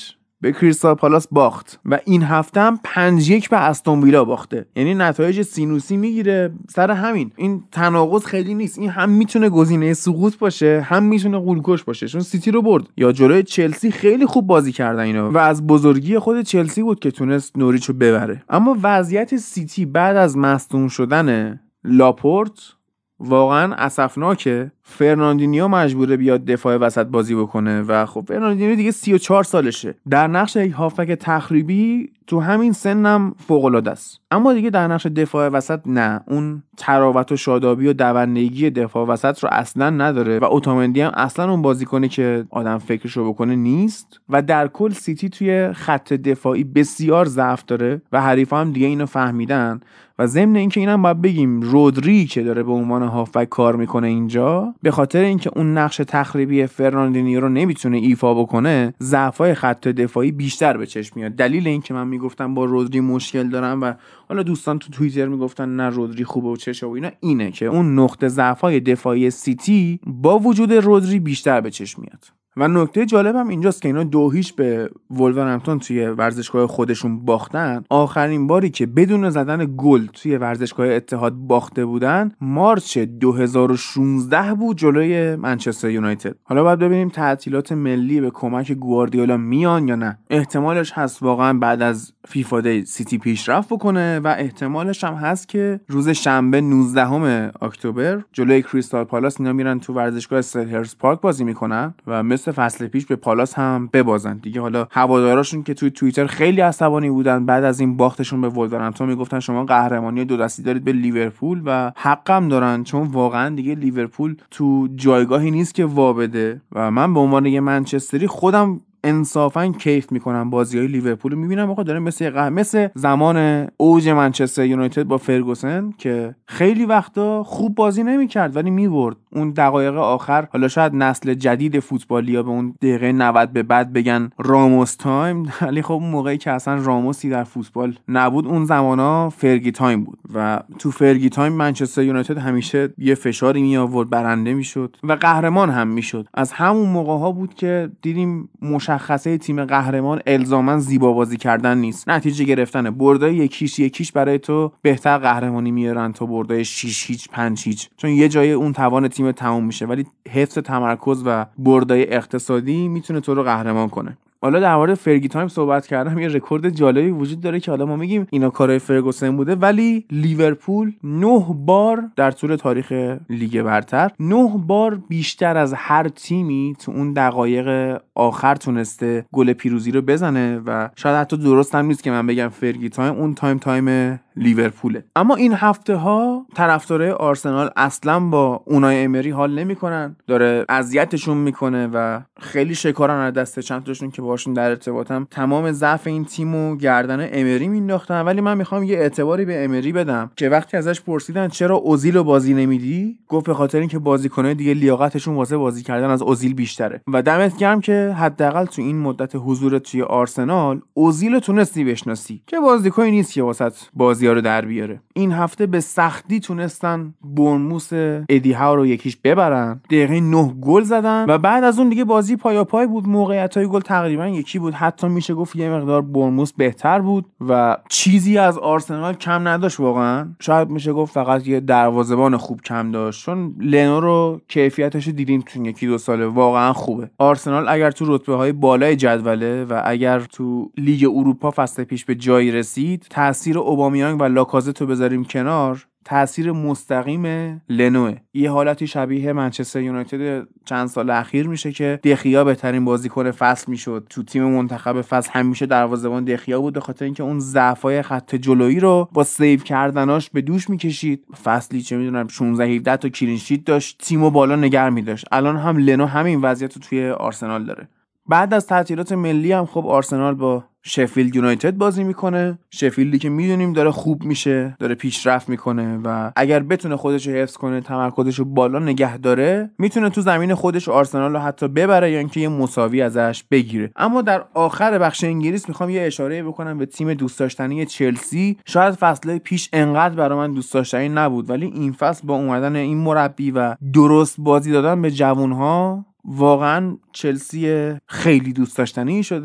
به کریستال پالاس باخت و این هفته هم 5-1 به استون ویلا باخته. یعنی نتایج سینوسی میگیره. سر همین این تناقض خیلی نیست، این هم میتونه گزینه سقوط باشه هم میتونه غول‌کش باشه، چون سیتی رو برد یا جلوی چلسی خیلی خوب بازی کردن اینا و از بزرگی خود چلسی بود که تونست نوریچ رو ببره. اما وضعیت سیتی بعد از مصدوم شدن لاپورت واقعا اسفناکه. فرناندینیو مجبوره بیاد دفاع وسط بازی بکنه و خب فرناندینیو دیگه 34 سالشه، در نقش یک هافبک تخریبی تو همین سنم فوق العاده است، اما دیگه در نقش دفاع وسط نه، اون تراوت و شادابی و دوندگی دفاع وسط رو اصلا نداره و اوتامندی هم اصلا اون بازیکنی که آدم فکرشو بکنه نیست و در کل سیتی توی خط دفاعی بسیار ضعف داره و حریفا هم دیگه اینو فهمیدن و ضمن اینکه اینم باید بگیم رودری که داره به عنوان هافبک کار میکنه اینجا، به خاطر اینکه اون نقش تخریبی فرناندینیو رو نمیتونه ایفا بکنه، ضعفای خط دفاعی بیشتر به چشم میاد. دلیل اینکه من میگفتم با رودری مشکل دارم و حالا دوستان تو توییتر میگفتن نه رودری خوبه و چشه و اینا، اینه که اون نقطه ضعفای دفاعی سیتی با وجود رودری بیشتر به چشم میاد. و نکته جالبم اینجاست که اینا 2-0 به وولورهمپتون توی ورزشگاه خودشون باختن. آخرین باری که بدون زدن گل توی ورزشگاه اتحاد باخته بودن مارچ 2016 بود جلوی منچستر یونایتد. حالا باید ببینیم تعطیلات ملی به کمک گواردیولا میان یا نه. احتمالش هست واقعا بعد از فیفا دی سیتی پیشرفت بکنه و احتمالش هم هست که روز شنبه 19 اکتبر جلوی کریستال پالاس اینا میرن تو ورزشگاه سلهرز پارک بازی میکنن و مثل فصل پیش به پالاس هم ببازن دیگه. حالا هواداراشون که توی توییتر خیلی عصبانی بودن بعد از این باختشون به وولورهمپتون، میگفتن شما قهرمانی 2 دستی دارید به لیورپول و حقم دارن، چون واقعا دیگه لیورپول تو جایگاهی نیست که وابده و من به عنوان یه منچستری خودم انصافا کیف میکنم بازیای لیورپول رو میبینم. آقا داره مثل زمان اوج منچستر یونایتد با فرگوسن که خیلی وقتا خوب بازی نمیکرد ولی میبرد. اون دقایق آخر، حالا شاید نسل جدید فوتبالیا به اون دقیقه 90 به بعد بگن راموس تایم، ولی خب اون موقعی که اصلا راموسی در فوتبال نبود اون زمانا فرگی تایم بود و تو فرگی تایم منچستر یونایتد همیشه یه فشاری می آورد، برنده میشد و قهرمان هم میشد. از همون موقع ها بود که دیدیم مشخصه تیم قهرمان الزاما زیبا بازی کردن نیست، نتیجه گرفتن. بردای یکیش برای تو بهتر قهرمانی میارن تا بردای 6-0 5-0، چون یه جای اون توان تیم تموم میشه، ولی حفظ تمرکز و بردای اقتصادی میتونه تو رو قهرمان کنه. حالا در مورد فرگی تایم صحبت کردم، یه رکورد جالبی وجود داره که حالا ما میگیم اینا کارهای فرگوسن بوده، ولی لیورپول 9 بار در طول تاریخ لیگ برتر 9 بار بیشتر از هر تیمی تو اون دقایق آخر تونسته گل پیروزی رو بزنه و شاید حتی درست هم نیست که من بگم فرگی تایم اون تایم لیورپوله. اما این هفته ها طرفدارای آرسنال اصلا با اونای امری حال نمیکنن، داره اذیتشون میکنه و خیلی شکارن از دست چند تاشون که باشون در ارتباطم تمام ضعف این تیمو گردن امری مینداختن. ولی من میخوام یه اعتباری به امری بدم که وقتی ازش پرسیدن چرا اوزیل رو بازی نمیدی، گفت به خاطر اینکه بازیکنای دیگه لیاقتشون واسه بازی کردن از اوزیل بیشتره. و دمت گرم که حداقل تو این مدت حضور توی آرسنال اوزیل رو تونستی بشناسی که بازیکنی نیست که واسط بازی‌ها رو در بیاره. این هفته به سختی تونستن برنموث ادی هاو رو 1-0 ببرن، دقیقه 9 گل زدن و بعد از اون دیگه بازی پای بود، موقعیت‌های گل تقریبا یکی بود، حتی میشه گفت یه مقدار برنموث بهتر بود و چیزی از آرسنال کم نداشت. واقعا شاید میشه گفت فقط یه دروازه‌بان خوب کم داشت، چون لنو رو کیفیتش رو دیدیم تو 1-2 ساله واقعا خوبه. آرسنال اگر تو رتبه‌های بالای جدوله و اگر تو لیگ اروپا فصل پیش به جایی رسید، تاثیر اوبامیانگ و لاکازت رو بذاریم کنار، تأثیر مستقیم لنوه. یه حالتی شبیه منچستر یونایتد چند سال اخیر میشه که دخیا بهترین بازیکن فصل میشد. تو تیم منتخب فصل همیشه دروازه‌بان دخیا بود، به خاطر اینکه اون ضعفای خط جلویی رو با سیو کردناش به دوش میکشید. فصلی چه میدونم 16 17 تا کلین شیت داشت، تیمو بالا نگه می‌داشت. الان هم لنو همین وضعیت رو توی آرسنال داره. بعد از تعطیلات ملی هم خب آرسنال با شفیلد یونایتد بازی میکنه. شفیلدی که میدونیم داره خوب میشه، داره پیشرفت میکنه و اگر بتونه خودش رو حفظ کنه، تمرکزش رو بالا نگه داره، میتونه تو زمین خودش آرسنال رو حتی ببره یا اینکه یه مساوی ازش بگیره. اما در آخر بخش انگلیس میخوام یه اشاره بکنم به تیم دوست داشتنی چلسی. شاید فصل پیش انقدر برای من دوست داشتنی نبود، ولی این فصل با اومدن این مربی و درست بازی دادن به جوانها، واقعا چلسی خیلی دوست داشتنی شده.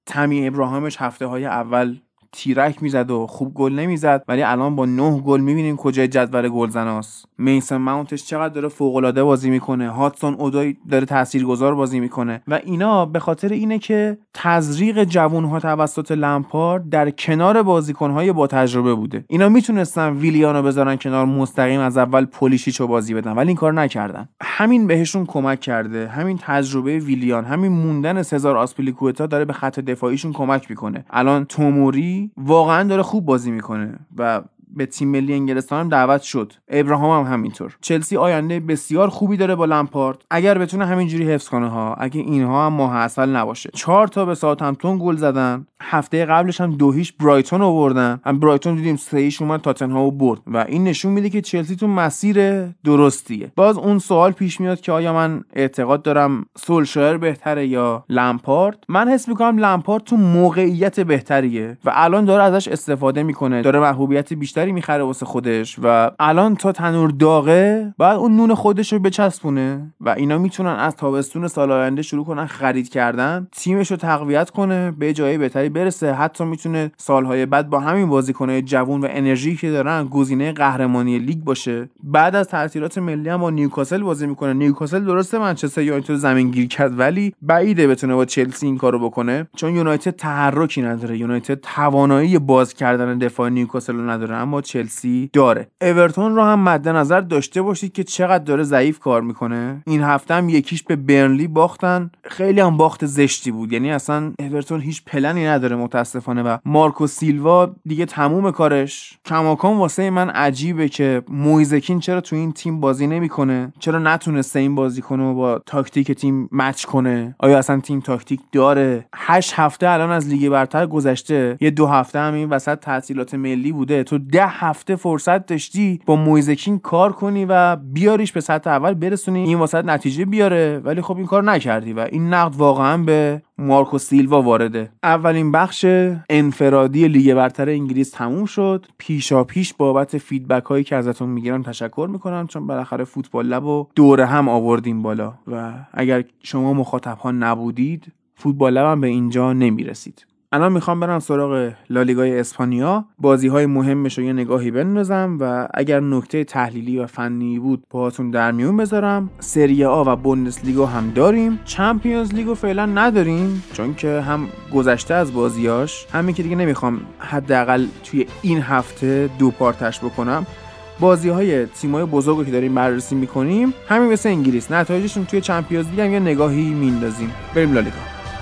تمی ابراهامش هفته‌های اول تیرک میزد و خوب گل نمیزد، ولی الان با 9 گل میبینیم کجای جدول گلزناست. میسن ماونتش چقدر داره فوق‌العاده بازی میکنه، هاتسون اودوی داره تاثیرگذار بازی میکنه و اینا به خاطر اینه که تزریق جوان‌ها توسط لمپارد در کنار بازیکن‌های با تجربه بوده. اینا میتونستن ویلیانو بذارن کنار، مستقیم از اول پولیشیچو بازی بدن، ولی این کار نکردن. همین بهشون کمک کرده، همین تجربه ویلیان، همین موندن سزار آسپلیکوئتا داره به خط دفاعیشون کمک میکنه. الان توموری واقعا داره خوب بازی میکنه و به تیم ملی انگلستان هم دعوت شد. ابراهام هم همینطور. چلسی آینده بسیار خوبی داره با لمپارد، اگر بتونه همینجوری حفظ کنه ها، اگه اینها هم ماه عسل نباشه. 4 تا به ساوثهمپتون گل زدن، هفته قبلش هم 2-0 برایتون آوردن. هم برایتون دیدیم 3-0 اومد تاتنهامو برد و این نشون میده که چلسی تو مسیر درستیه. باز اون سوال پیش میاد که آیا من اعتقاد دارم سولشایر بهتره یا لمپارد؟ من حس میکنم لمپارد تو موقعیت بهتریه و الان داره ازش استفاده میکنه، داره محبوبیت بیشتری میخره واسه خودش و الان تا تنور داغه بعد اون نون خودش رو بچسبونه و اینا میتونن از تابستون سال آینده شروع کنن خرید کردن، تیمش رو تقویت کنه، به جای بهتری برسه. حتی میتونه سالهای بعد با همین بازیکن‌های جوان و انرژی که دارن گزینه قهرمانی لیگ باشه. بعد از تعطیلات ملی هم با نیوکاسل بازی میکنه. نیوکاسل درسته منچستر یونایتد زمین گیر کرد، ولی بعیده بتونه با چلسی این کارو بکنه، چون یونایتد تحرکی نداره. یونایتد توانایی باز کردن دفاع نیوکاسل رو نداره، اما چلسی داره. اورتون رو هم مد نظر داشته باشید که چقدر داره ضعیف کار میکنه. این هفته هم 1-0 به برنلی باختن، خیلی هم باخت زشتی بود. یعنی اصلا اورتون هیچ پلنی نداره متاسفانه و مارکو سیلوا دیگه تموم کارش. کماکان واسه من عجیبه که مویزکین چرا تو این تیم بازی نمیکنه، چرا نتونسته این بازیکنو و با تاکتیک تیم مچ کنه. آیا اصلا تیم تاکتیک داره؟ 8 هفته الان از لیگ برتر گذشته، یه 2 هفته هم این وسط تعطیلات ملی بوده. تو 10 هفته فرصت داشتی با مویزکین کار کنی و بیاریش به سطح اول برسونی، این وسط نتیجه بیاره، ولی خب این کار نکردی و این نقد واقعا به مارکو سیلوا وارده. اولین بخش انفرادی لیگ برتر انگلیس تموم شد. پیشاپیش بابت فیدبک هایی که ازتون میگیرم تشکر میکنم، چون بالاخره فوتبال لب رو دوره هم آوردیم بالا و اگر شما مخاطب ها نبودید فوتبال لب هم به اینجا نمیرسید. الان میخوام برم سراغ لالیگای اسپانیا، بازی‌های مهمش رو یه نگاهی بندازم و اگر نکته تحلیلی و فنی بود باهاتون در میون بذارم. سری آ و بوندسلیگا هم داریم، چمپیونز لیگو فعلا نداریم چون که هم گذشته از بازیاش، همین که دیگه نمیخوام حداقل توی این هفته 2 پارتش بکنم. بازی‌های تیم‌های بزرگو که داریم بررسی می‌کنیم، همین مثل انگلیس، نتایجشون توی چمپیونز لیگ هم یه نگاهی میندازیم. بریم لالیگا.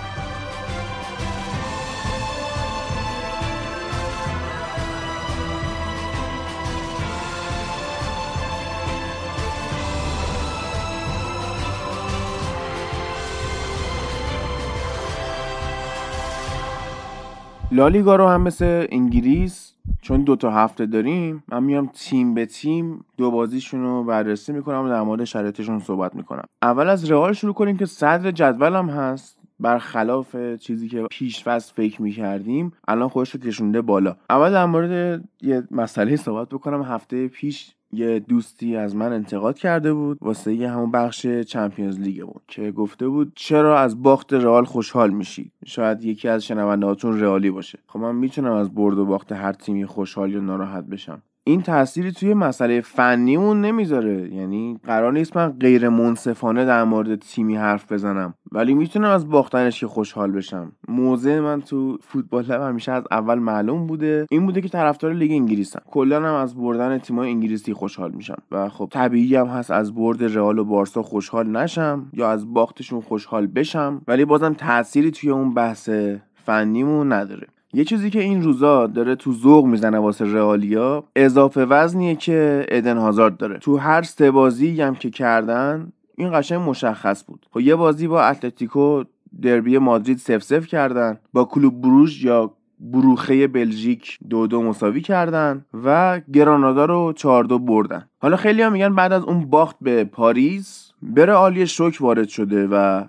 لالیگا رو هم مثل انگلیس چون 2 تا هفته داریم، من میام تیم به تیم 2 بازیشون رو بررسی میکنم و در مورد شرایطشون صحبت میکنم. اول از رئال شروع کنیم که صدر جدولم هست، برخلاف چیزی که پیش فصل فکر میکردیم الان خودش رو کشونده بالا. اول در مورد یه مسئله صحبت بکنم. هفته پیش یه دوستی از من انتقاد کرده بود واسه یه همون بخش چمپیونز لیگ بود که گفته بود چرا از باخت رئال خوشحال میشی؟ شاید یکی از شنوندهاتون رئالی باشه. خب من میتونم از برد و باخت هر تیمی خوشحال یا ناراحت بشم، این تأثیری توی مسئله فنیمون نمیذاره. یعنی قرار نیست من غیر منصفانه در مورد تیمی حرف بزنم، ولی میتونم از باختنش که خوشحال بشم. موضع من تو فوتبال لب همیشه از اول معلوم بوده، این بوده که طرفدار لیگ انگلیسم، کلا هم از بردن تیم‌های انگلیسی خوشحال میشم و خب طبیعی هم هست از برد رئال و بارسا خوشحال نشم یا از باختشون خوشحال بشم، ولی بازم تأثیری توی اون بحث فنیمون نداره. یه چیزی که این روزا داره تو ذوق میزنه واسه رئالیا، اضافه وزنیه که ایدن هازارد داره. تو هر 3 بازی هم که کردن این قشنگ مشخص بود. خب یه بازی با اتلتیکو دربی مادرید 0-0 کردن، با کلوب بروژ یا بروخه بلژیک 2-2 مساوی کردن و گرانادا رو 4-2 بردن. حالا خیلی ها میگن بعد از اون باخت به پاریس بره عالی شوک وارد شده و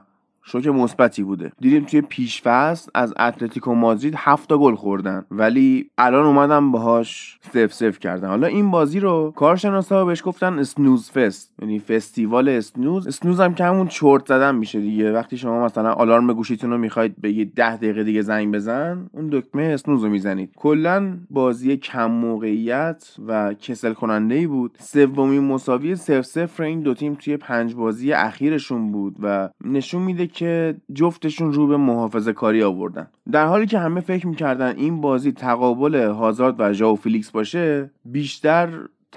شوک مثبتی بوده. دیدیم توی پیش‌فصل از اتلتیکو مادرید 7 گل خوردن ولی الان اومدن باهاش 0-0 کردن. حالا این بازی رو کارشناسا بهش گفتن اسنوز فست، یعنی فستیوال اسنوز هم که همون چرت زدن میشه دیگه. وقتی شما مثلا آلارم گوشیتون رو میخواید بگید 10 دقیقه دیگه زنگ بزن، اون دکمه اسنوز رو میزنید. کلا بازی کم موقعیت و کسل کننده‌ای بود. سومین مساوی 0-0 این دو تیم توی 5 بازی اخیرشون بود و نشون میده که جفتشون رو به محافظه‌کاری آوردن. در حالی که همه فکر میکردن این بازی تقابل هازارد و ژائو فیلیکس باشه، بیشتر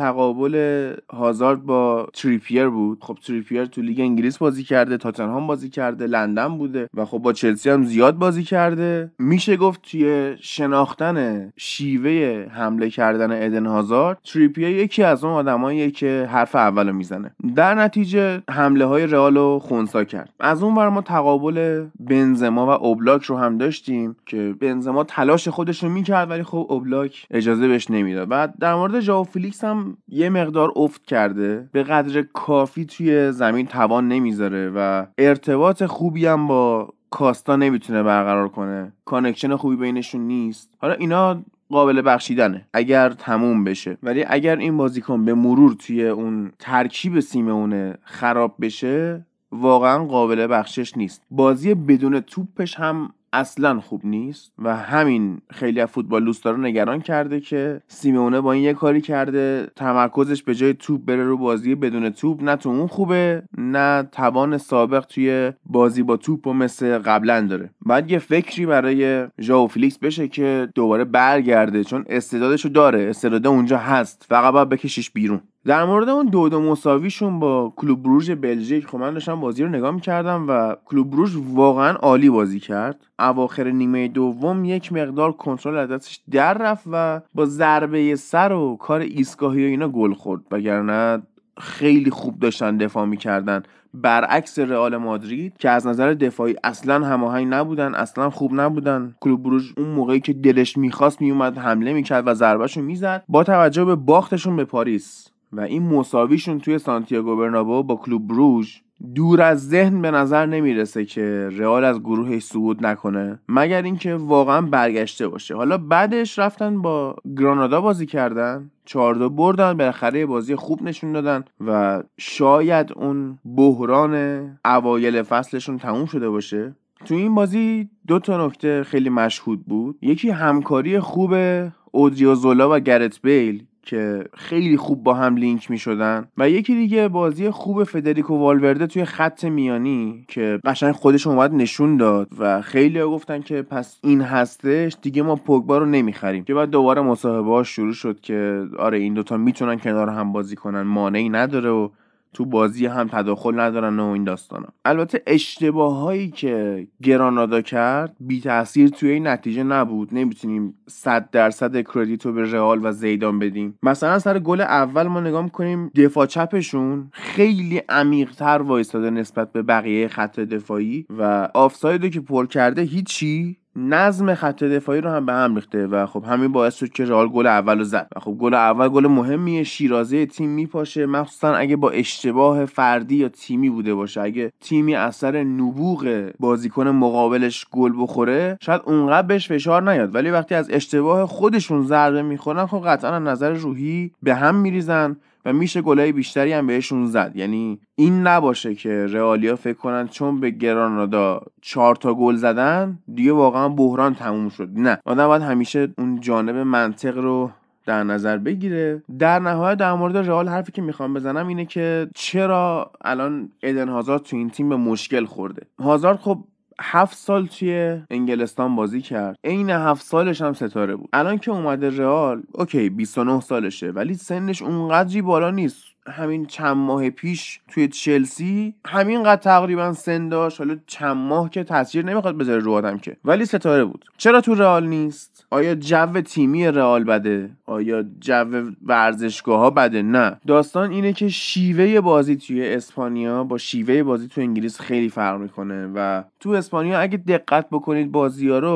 تقابل هازارد با تریپیر بود. خب تریپیر تو لیگ انگلیس بازی کرده، تاتنهام بازی کرده، لندن بوده و خب با چلسی هم زیاد بازی کرده. میشه گفت توی شناختن شیوه حمله کردن ایدن هازارد، تریپیر یکی از اون آدماییه که حرف اولو میزنه. در نتیجه حمله های رئال رو خنثی کرد. از اون ور ما تقابل بنزما و اوبلاک رو هم داشتیم که بنزما تلاش خودش رو میکرد ولی خب اوبلاک اجازه بهش نمیداد. بعد در مورد ژائو فیلیکس هم یه مقدار افت کرده، به قدر کافی توی زمین توان نمیذاره و ارتباط خوبی هم با کاستا نمیتونه برقرار کنه، کانکشن خوبی بینشون نیست. حالا اینا قابل بخشیدنه اگر تموم بشه، ولی اگر این بازیکن به مرور توی اون ترکیب سیمونه خراب بشه واقعا قابل بخشش نیست. بازی بدون توپش هم اصلا خوب نیست و همین خیلی از فوتبال دوستا رو نگران کرده که سیمونه با این یه کاری کرده تمرکزش به جای توپ بره رو بازی بدون توپ. نه تو اون خوبه، نه توان سابق توی بازی با توپ و مثل قبلا داره. بعد یه فکری برای ژائو فیلیکس بشه که دوباره برگرده، چون استعدادشو داره، استعداد اونجا هست، فقط باید بکشیش بیرون. در مورد اون 2-2 مساویشون با کلوب بروژ بلژیک، خب من داشتم بازی رو نگاه می‌کردم و کلوب بروژ واقعا عالی بازی کرد. اواخر نیمه دوم یک مقدار کنترل از دستش در رفت و با ضربه سر و کار ایستگاهی و اینا گل خورد، وگرنه خیلی خوب داشتن دفاع می‌کردن. برعکس رئال مادرید که از نظر دفاعی اصلا هماهنگ نبودن، اصلا خوب نبودن. کلوب بروژ اون موقعی که دلش می‌خواست میومد حمله می‌کرد و ضربه‌شو میزد. با توجه به باختشون به پاریس و این مساویشون توی سانتیاگو برنابئو با کلوب بروژ، دور از ذهن به نظر نمیرسه که رئال از گروهش صعود نکنه مگر اینکه واقعا برگشته باشه. حالا بعدش رفتن با گرانادا بازی کردن، 4-2 بردن، بالاخره بازی خوب نشون دادن و شاید اون بحران اوایل فصلشون تموم شده باشه. تو این بازی 2 نکته خیلی مشهود بود. یکی همکاری خوب اودریوزولا و گرت بیل که خیلی خوب با هم لینک می شدن و یکی دیگه بازی خوب فدریکو والورده توی خط میانی که قشنگ خودش اومد نشون داد و خیلی ها گفتن که پس این هستش دیگه ما پوگبا رو نمیخریم، که بعد دوباره مصاحبه ها شروع شد که آره این دوتا میتونن کنار هم بازی کنن، مانعی نداره و تو بازی هم تداخل ندارن و این داستانا. البته اشتباهایی که گرانادا کرد بی تاثیر توی این نتیجه نبود. نمیتونیم 100% کردیت رو به رئال و زیدان بدیم. مثلا سر گل اول ما نگاه میکنیم دفاع چپشون خیلی عمیق‌تر وایساده نسبت به بقیه خط دفاعی و آفسایدو که پر کرده هیچی، نظم خط دفاعی رو هم به هم ریخته و خب همین باعث شد که رئال گل اولو زد و خب گل اول گل مهمیه، شیرازه تیم میپاشه، مخصوصا اگه با اشتباه فردی یا تیمی بوده باشه. اگه تیمی اثر نبوغ بازیکن مقابلش گل بخوره شاید اونقدر بهش فشار نیاد، ولی وقتی از اشتباه خودشون ضربه میخورن خب قطعا از نظر روحی به هم میریزن و میشه گلای بیشتری هم بهشون زد. یعنی این نباشه که رئالیا فکر کنن چون به گرانادا 4 گل زدن دیگه واقعا بحران تموم شد. نه، آدم باید همیشه اون جانب منطق رو در نظر بگیره. در نهایت در مورد رئال حرفی که میخوام بزنم اینه که چرا الان ایدن هازارد تو این تیم به مشکل خورده. هازارد خب 7 سال توی انگلستان بازی کرد، عین 7 سالش هم ستاره بود. الان که اومده رئال اوکی 29 سالشه ولی سنش اونقدری بالا نیست. همین چند ماه پیش توی چلسی همینقدر تقریبا سن داشت. حالا چند ماه که تاثیر نمیخواد بذاره رو آدم که، ولی ستاره بود. چرا تو رئال نیست؟ آیا جو تیمی رئال بده؟ آیا جو ورزشگاه‌ها بده؟ نه، داستان اینه که شیوه بازی توی اسپانیا با شیوه بازی تو انگلیس خیلی فرق میکنه و تو اسپانیا اگه دقت بکنید بازی‌ها رو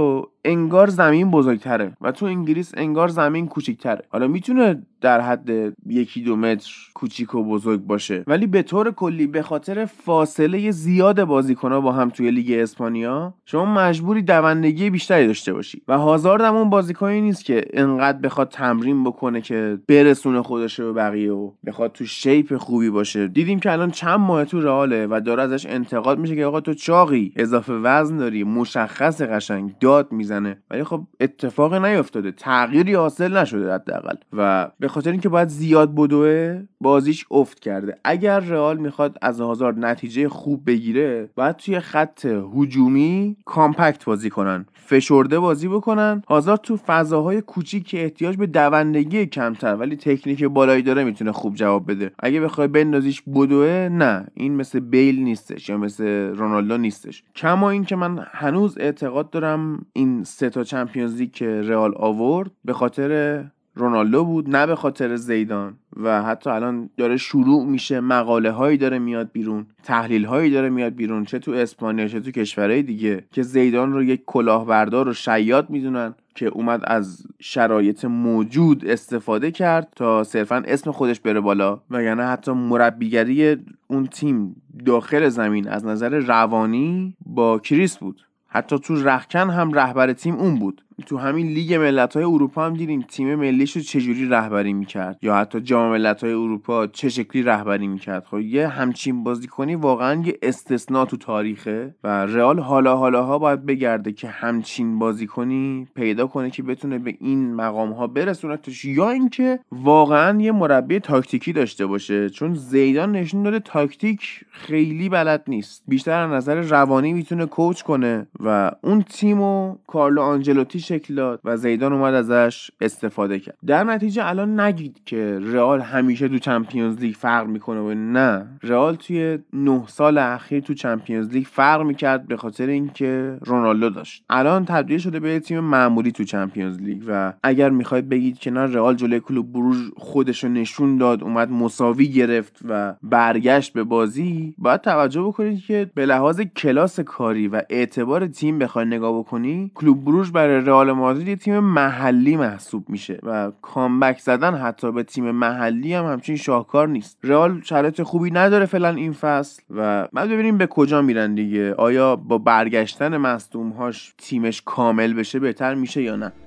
انگار زمین بزرگتره و تو انگلیس انگار زمین کوچیک‌تره. حالا میتونه در حد 1-2 متر کوچیک و بزرگ باشه، ولی به طور کلی به خاطر فاصله زیاد بازیکن‌ها با هم توی لیگ اسپانیا شما مجبوری دوندگی بیشتری داشته باشی و هازارد هم اون بازیکنی نیست که انقدر بخواد تمرین بکنه که برسونه خودش به بقیه و بخواد تو شیپ خوبی باشه. دیدیم که الان چند ماه تو رئاله و داره ازش انتقاد میشه که آقا تو چاقی، اضافه وزن داری، مشخص قشنگ داد میزنه، ولی خب اتفاقی نیفتاده، تغییری حاصل نشده حداقل و به خاطر اینکه باید زیاد بدوه بازیش افت کرده. اگر رئال میخواد از هازارد نتیجه خوب بگیره باید توی خط هجومی کامپکت بازی کنن، فشرده بازی بکنن. هازارد تو فضاهای کوچیک که احتیاج به دوندگی کمتر ولی تکنیک بالایی داره میتونه خوب جواب بده. اگه بخوای بندازیش بدوه، نه، این مثل بیل نیستش یا مثل رونالدو نیستش. کما این که من هنوز اعتقاد دارم این 3 تا چمپیونز لیگ که رئال آورد به خاطر رونالدو بود، نه به خاطر زیدان. و حتی الان داره شروع میشه، مقاله هایی داره میاد بیرون، تحلیل هایی داره میاد بیرون، چه تو اسپانیا چه تو کشورهای دیگه، که زیدان رو یک کلاهبردار و شیاد میدونن که اومد از شرایط موجود استفاده کرد تا صرفا اسم خودش بره بالا. وگرنه حتی مربیگری اون تیم داخل زمین از نظر روانی با کریس بود. حتی تو رختکن هم رهبر تیم اون بود. تو همین لیگ ملت‌های اروپا هم دیدیم تیم ملیشو چجوری رهبری میکرد، یا حتی جام ملت‌های اروپا چه شکلی رهبری میکرد. خب یه همچین بازیکنی واقعا یه استثناء تو تاریخه و رئال حالاها باید بگرده که همچین بازیکنی پیدا کنه که بتونه به این مقام‌ها برسونتش، یا اینکه واقعا یه مربی تاکتیکی داشته باشه. چون زیدان نشون داده تاکتیک خیلی بلد نیست، بیشتر از نظر روانی میتونه کوچ کنه و اون تیمو کارلو آنجلوتی شکل داد و زیدان اومد ازش استفاده کرد. در نتیجه الان نگید که رئال همیشه تو چمپیونز لیگ فرق میکنه و نه، رئال توی 9 سال اخیر تو چمپیونز لیگ فرق میکرد به خاطر اینکه رونالدو داشت. الان تبدیل شده به تیم معمولی تو چمپیونز لیگ و اگر میخواید بگید که نه، رئال جلوی کلوب بروژ خودشو نشون داد، اومد مساوی گرفت و برگشت به بازی، باید توجه بکنید که به لحاظ کلاس کاری و اعتبار تیم بخوای نگاه بکنی، کلوب بروژ برای رئال مادرید یه تیم محلی محسوب میشه و کامبک زدن حتی به تیم محلی هم همچین شاهکار نیست. رئال شرایط خوبی نداره فعلا این فصل و بعد ببینیم به کجا میرن دیگه. آیا با برگشتن مصدوم‌هاش تیمش کامل بشه بهتر میشه یا نه؟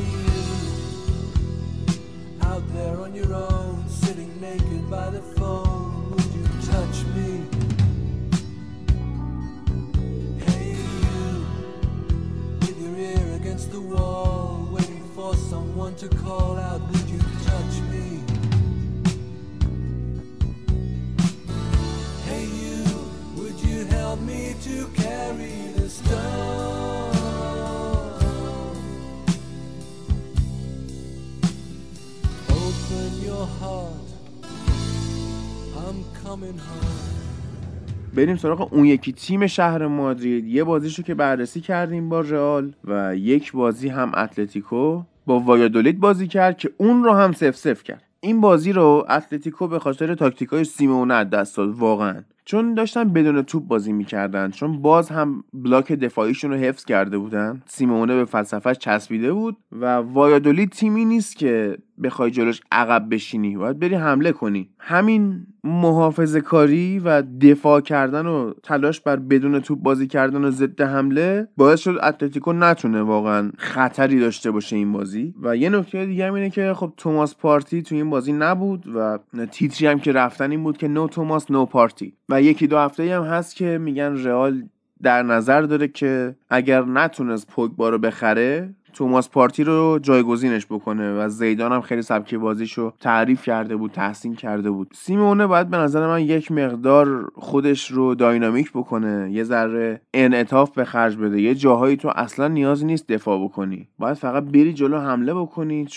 Out there on your own, sitting naked by the phone, would you touch me? Hey you, with your ear against the wall, waiting for someone to call out, would you touch me? Hey you, would you help me to carry the stone? Open your heart, I'm coming home. بریم سراغ اون یکی تیم شهر مادرید. یه بازیشو که بررسی کردیم با رئال و یک بازی هم اتلتیکو با وایادولید بازی کرد که اون رو هم 0-0 کرد. این بازی رو اتلتیکو به خاطر تاکتیکای سیمونه از دست داد واقعا، چون داشتن بدون توپ بازی میکردن، چون باز هم بلاک دفاعیشون رو حفظ کرده بودن، سیمونه به فلسفه‌اش چسبیده بود و وایادولید تیمی نیست که بخوای جلوش عقب بشینی، باید بری حمله کنی. همین محافظه کاری و دفاع کردن و تلاش بر بدون توپ بازی کردن و ضد حمله باعث شد اتلتیکو نتونه واقعا خطری داشته باشه این بازی. و یه نکته دیگه هم اینه که خب توماس پارتی تو این بازی نبود و تیتری هم که رفتن این بود که نو توماس نو پارتی. و یکی دو هفته هم هست که میگن رئال در نظر داره که اگر نتونست پوگبا رو بخره، توماس پارتی رو جایگزینش بکنه و زیدان هم خیلی سبک بازیشو تعریف کرده بود، تحسین کرده بود. سیمونه باید به نظر من یک مقدار خودش رو داینامیک بکنه، یه ذره انعطاف به خرج بده. یه جاهایی تو اصلا نیازی نیست دفاع بکنی، باید فقط بری جلو حمله بکنی، چون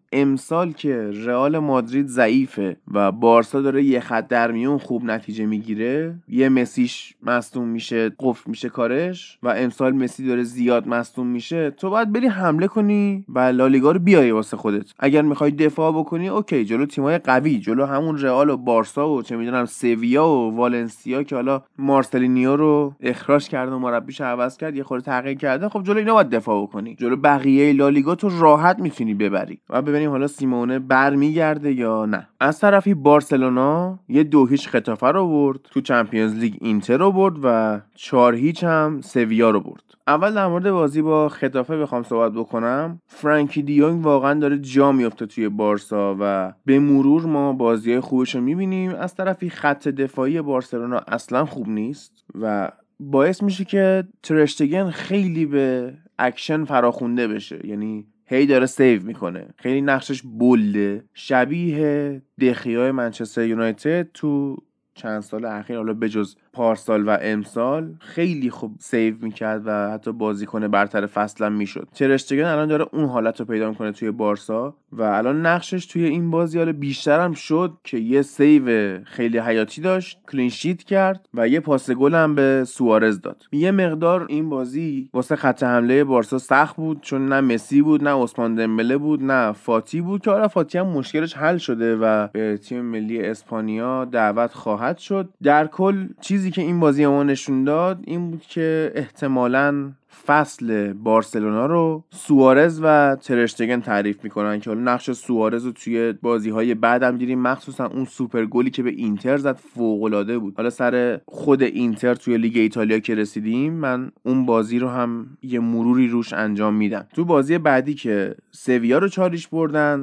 امسال که رئال مادرید ضعیفه و بارسا داره یه خط در میون خوب نتیجه میگیره، یه مسیش مصدوم میشه قفل میشه کارش و امسال مسی داره زیاد مصدوم میشه، تو باید بری حمله کنی و لالیگا رو بیاری واسه خودت. اگر میخوای دفاع بکنی اوکی، جلو تیمای قوی، جلو همون رئال و بارسا و چه میدونم سویا و والنسیا که حالا مارسلینیو رو اخراج کرده و مربیش عوض کرد یه خورده تغییر کرده، خب جلو اینا باید دفاع بکنی. جلو بقیه لالیگا تو راحت میتونی ببری و ببینیم حالا سیمونه برمیگرده یا نه. از طرفی بارسلونا یه 2-0 خطافه رو برد، تو چمپیونز لیگ اینتر رو برد و 4-0 هم سویا رو برد. اول در مورد بازی با خطافه بخوام صحبت بکنم، فرانکی دیونگ واقعا داره جا میفته توی بارسا و به مرور ما بازی‌های خوبش رو میبینیم. از طرفی خط دفاعی بارسلونا اصلا خوب نیست و باعث میشه که ترشتگن خیلی به اکشن فراخونده بشه، یعنی هی داره سیو میکنه، خیلی نقشش بلده، شبیه دخیای منچستر یونایتد تو چند سال اخیر، حالا بجز پارسال و امسال خیلی خوب سیو میکرد و حتی بازیکن برتر فصل هم میشد. ترشتگن الان داره اون حالت رو پیدا میکنه توی بارسا و الان نقشش توی این بازی حالا بیشتر هم شد که یه سیو خیلی حیاتی داشت، کلین شیت کرد و یه پاس گل هم به سوارز داد. یه مقدار این بازی واسه خط حمله بارسا سخت بود، چون نه مسی بود، نه عثمان دمبله بود، نه فاتی بود که حالا فاتی هم مشکلش حل شده و به تیم ملی اسپانیا دعوت خواهد شد. در کل چیزی که این بازی ما نشون داد این بود که احتمالاً فصل بارسلونا رو سوارز و ترشتگن تعریف میکنن که حالا نقش سوارز رو توی بازی‌های بعدم دیدیم، مخصوصا اون سوپر گلی که به اینتر زد فوق‌العاده بود. حالا سر خود اینتر توی لیگ ایتالیا که رسیدیم من اون بازی رو هم یه مروری روش انجام میدم. تو بازی بعدی که سویا رو 4-0 بردن،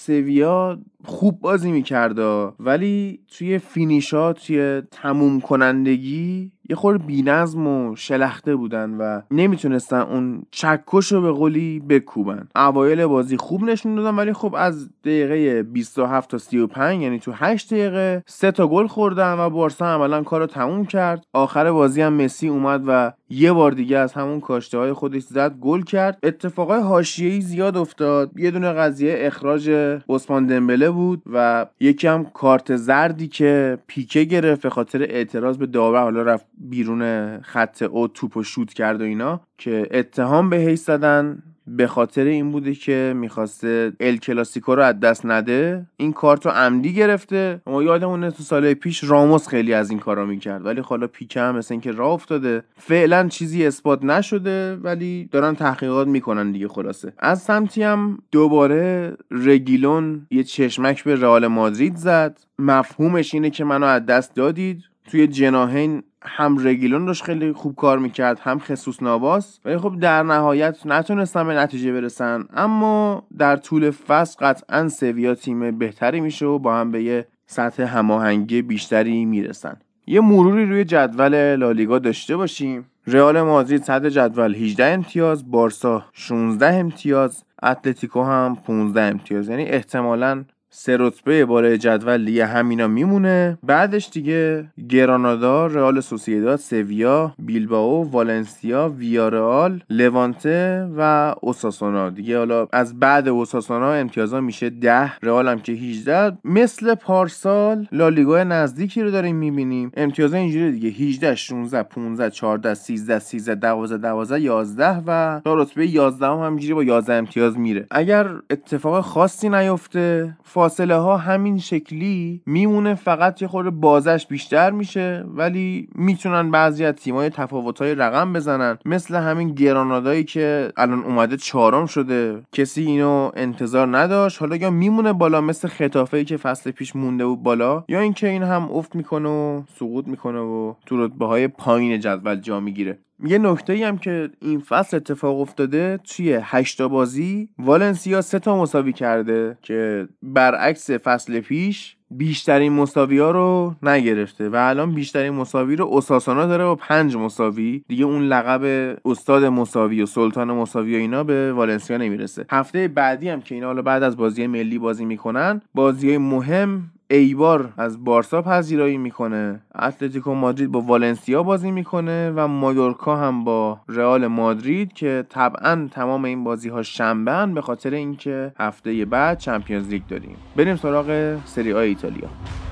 سویا خوب بازی میکرد ولی توی فینیشات، توی تموم کنندگی یه خورده بی‌نظم و شلخته بودن و نمیتونستن اون چکش رو به قولی بکوبن. اوایل بازی خوب نشون دادن ولی خب از دقیقه 27 تا 35 یعنی تو 8 دقیقه 3 تا گل خوردن و بارسا عملاً کارو تموم کرد. آخر بازی هم مسی اومد و یه بار دیگه از همون کاشته‌های خودش زد، گل کرد. اتفاقای حاشیه‌ای زیاد افتاد. یه دونه قضیه اخراج عثمان دمبله بود و یکی هم کارت زردی که پیکه گرفت به خاطر اعتراض به داور، حالا رفت بیرون خط او توپو شوت کرد و اینا، که اتهام بهش زدن به خاطر این بوده که میخواسته ال کلاسیکو رو از دست نده. این کارت رو عمدی گرفته. ما یادمونه تو سال پیش راموس خیلی از این کارا میکرد ولی حالا پیکه هم مثل این که راه افتاده. فعلا چیزی اثبات نشده ولی دارن تحقیقات میکنن دیگه. خلاصه از سمتی هم دوباره رگیلون یه چشمک به رئال مادرید زد. مفهومش اینه که منو از دست دادید. توی جناحین هم رگیلون داشت خیلی خوب کار میکرد، هم خصوص نواس، ولی خب در نهایت نتونستن به نتیجه برسن. اما در طول فصل قطعا سویا تیم بهتری میشه و با هم به یه سطح هماهنگی بیشتری میرسن. یه مروری روی جدول لالیگا داشته باشیم. رئال مادرید صدر جدول 18 امتیاز، بارسا 16 امتیاز، اتلتیکو هم 15 امتیاز، یعنی احتمالاً 3 رتبه بالای جدول دیگه همینا میمونه. بعدش دیگه گرانادا، رئال سوسییداد، سویا، بیلبائو، والنسیا، ویارئال، لوانته و اوساسونا دیگه. حالا از بعد اوساسونا امتیازا میشه 10، رئال هم که 18. مثل پارسال لالیگا نزدیکی رو داریم میبینیم. امتیازا اینجوری دیگه 18 16 15 14 13 13 12 12 11 و تا رتبه 11 هم همینجوری با 11 امتیاز میره. اگر اتفاق خاصی نیفته فاصله ها همین شکلی میمونه، فقط یه خورده بازش بیشتر میشه ولی میتونن بعضی از تیم‌های تفاوت‌های رقم بزنن، مثل همین گرانادایی که الان اومده 4م شده، کسی اینو انتظار نداشت. حالا یا میمونه بالا مثل خطافه‌ای که فصل پیش مونده بود بالا، یا اینکه این هم افت میکنه و سقوط میکنه و تو رتبه‌های پایین جدول جا میگیره. یه نکته‌ای هم که این فصل اتفاق افتاده، توی 8 بازی والنسیا 3 تا مساوی کرده که برعکس فصل پیش بیشترین مساوی‌ها رو نگرفته و الان بیشترین مساوی رو اوساسونا داره با 5 مساوی. دیگه اون لقب استاد مساوی و سلطان مساوی و اینا به والنسیا نمیرسه. هفته بعدی هم که اینا حالا بعد از بازی ملی بازی میکنن، بازی‌های مهم ایبار از بارسا پذیرایی میکنه، اتلتیکو مادرید با والنسیا بازی میکنه و مایورکا هم با رئال مادرید که طبعا تمام این بازی ها شنبه‌ان به خاطر اینکه هفته بعد چمپیونز لیگ داریم. بریم سراغ سری آ ایتالیا.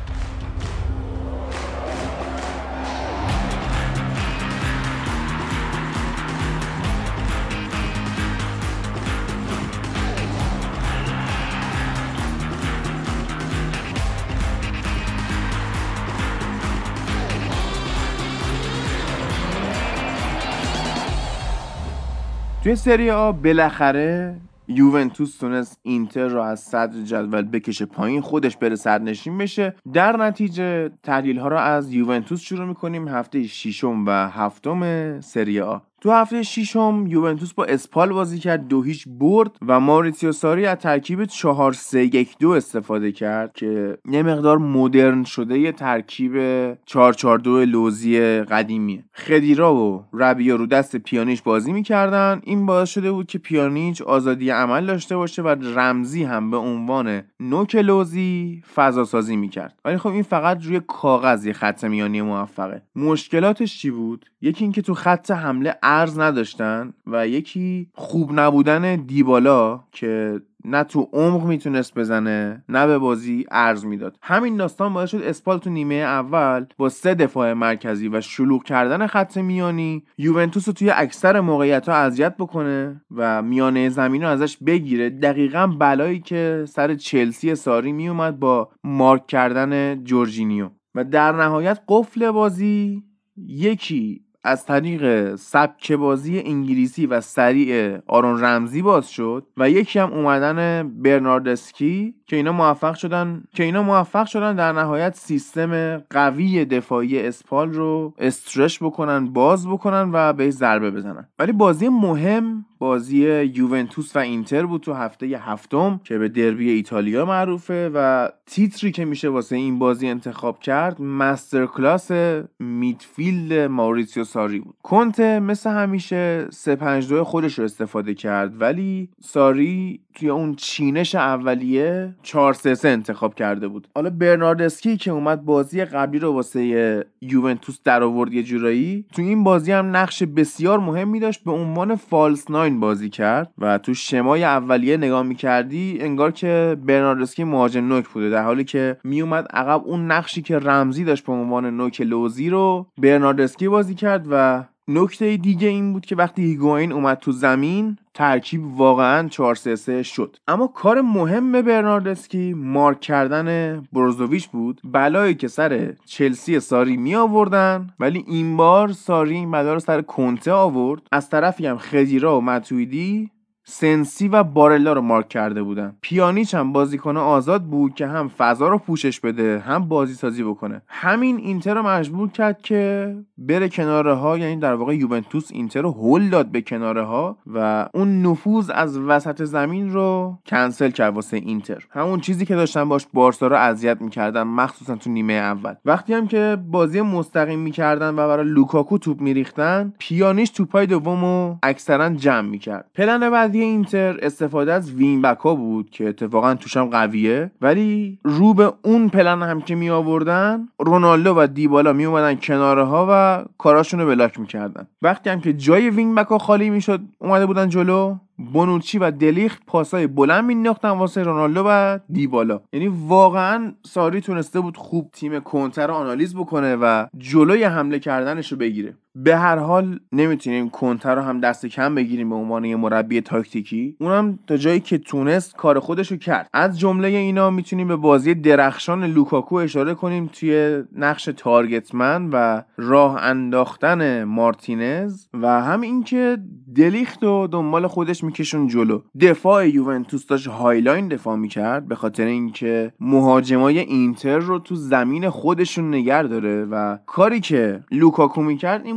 توی سری آ بالاخره یوونتوس تونست اینتر رو از صدر جدول بکشه پایین، خودش بره سرنشین بشه. در نتیجه تحلیل ها رو از یوونتوس شروع میکنیم. هفته ششم و هفتم سری آ. تو هفته ششم یوونتوس با اسپال بازی کرد، 2-0 برد و ماوریتسیو ساری از ترکیب 4-3-1-2 استفاده کرد که یه مقدار مدرن شده یه ترکیب 4-4-2 لوزی قدیمیه. خدیرا و ربیو رو دست پیانیچ بازی میکردن. این باعث شده بود که پیانیچ آزادی عمل داشته باشه و رمزی هم به عنوان نوک لوزی فضا سازی میکرد. ولی خب این فقط روی کاغذ یه خط میانی موفقه. مشکلاتش چی بود؟ یکی اینکه تو خط حمله عرض نداشتن و یکی خوب نبودن دیبالا که نه تو عمق میتونست بزنه نه به بازی عرض میداد. همین داستان باعث شد اسپال تو نیمه اول با 3 دفاع مرکزی و شلوغ کردن خط میانی یوونتوس رو توی اکثر موقعیت‌ها اذیت بکنه و میانه زمین رو ازش بگیره. دقیقاً بلایی که سر چلسی ساری میومد با مارک کردن جورجینیو. و در نهایت قفل بازی یکی از طریق سبک بازی انگلیسی و سریع آرون رمزی باز شد و یکی هم اومدن برناردسکی که اینا موفق شدن در نهایت سیستم قوی دفاعی اسپال رو استرچ بکنن، باز بکنن و بهش ضربه بزنن. ولی بازی مهم بازی یوونتوس و اینتر بود تو هفته هفتم که به دربی ایتالیا معروفه و تیتری که میشه واسه این بازی انتخاب کرد مستر کلاس میدفیلد ماوریتسیو ساری بود. کنته مثل همیشه 3-5-2 خودش رو استفاده کرد ولی ساری توی اون چینش اولیه 4-3-3 انتخاب کرده بود. حالا برناردسکی که اومد بازی قبلی رو واسه یوونتوس در آورد یه جورایی، تو این بازی هم نقش بسیار مهمی داشت، به عنوان فالس ناین بازی کرد و تو شمای اولیه نگاه می‌کردی انگار که برناردسکی مهاجم نوک بوده، در حالی که میومد عقب اون نقشی که رمزی داشت به عنوان نوک لوزی رو برناردسکی بازی کرد. و نکته دیگه این بود که وقتی هیگواین اومد تو زمین ترکیب واقعا 4-3-3 شد. اما کار مهم برناردسکی مارک کردن بروزوویچ بود، بلایی که سر چلسی ساری می آوردن ولی این بار ساری این بلا رو سر کنته آورد. از طرفی هم خدیرا و متویدی سنسی و بارلا رو مارک کرده بودن. پیانیچ هم بازیکن آزاد بود که هم فضا رو پوشش بده هم بازی سازی بکنه. همین اینتر رو مجبور کرد که بره کناره ها، یعنی در واقع یوونتوس اینتر رو هول داد به کناره ها و اون نفوذ از وسط زمین رو کنسل کرد واسه اینتر. همون چیزی که داشتن باش بارسا رو اذیت می‌کردن مخصوصا تو نیمه اول. وقتی هم که بازی مستقیم می‌کردن و برای لوکاکو توپ می‌ریختن، پیانیچ توپای دومو اکثرا جمع می‌کرد. پلن بعدی اینتر استفاده از وینگ بک‌ها بود که اتفاقا توش هم قویه، ولی رو به اون پلن هم که می آوردن رونالدو و دیبالا می اومدن کناره ها و کاراشون رو بلاک می‌کردن. وقتی هم که جای وینگ بک‌ها خالی میشد اومده بودن جلو، بونوچی و دلیخت پاسای بلند مینداختن واسه رونالدو و دیبالا. یعنی واقعا ساری تونسته بود خوب تیم کنتر رو آنالیز بکنه و جلوی حمله کردنش رو بگیره. به هر حال نمیتونیم کنتر رو هم دست کم بگیریم به عنوان یه مربی تاکتیکی. اونم تا جایی که تونست کار خودش رو کرد. از جمله اینا میتونیم به بازی درخشان لوکاکو اشاره کنیم توی نقش تارگتمن و راه انداختن مارتینز و هم اینکه دلیخت رو دنبال خودش میکشون جلو. دفاع یوونتوس داشت هایلاین دفاع میکرد به خاطر اینکه مهاجمای اینتر رو تو زمین خودشون نگه داره و کاری که لوکاکو میکرد این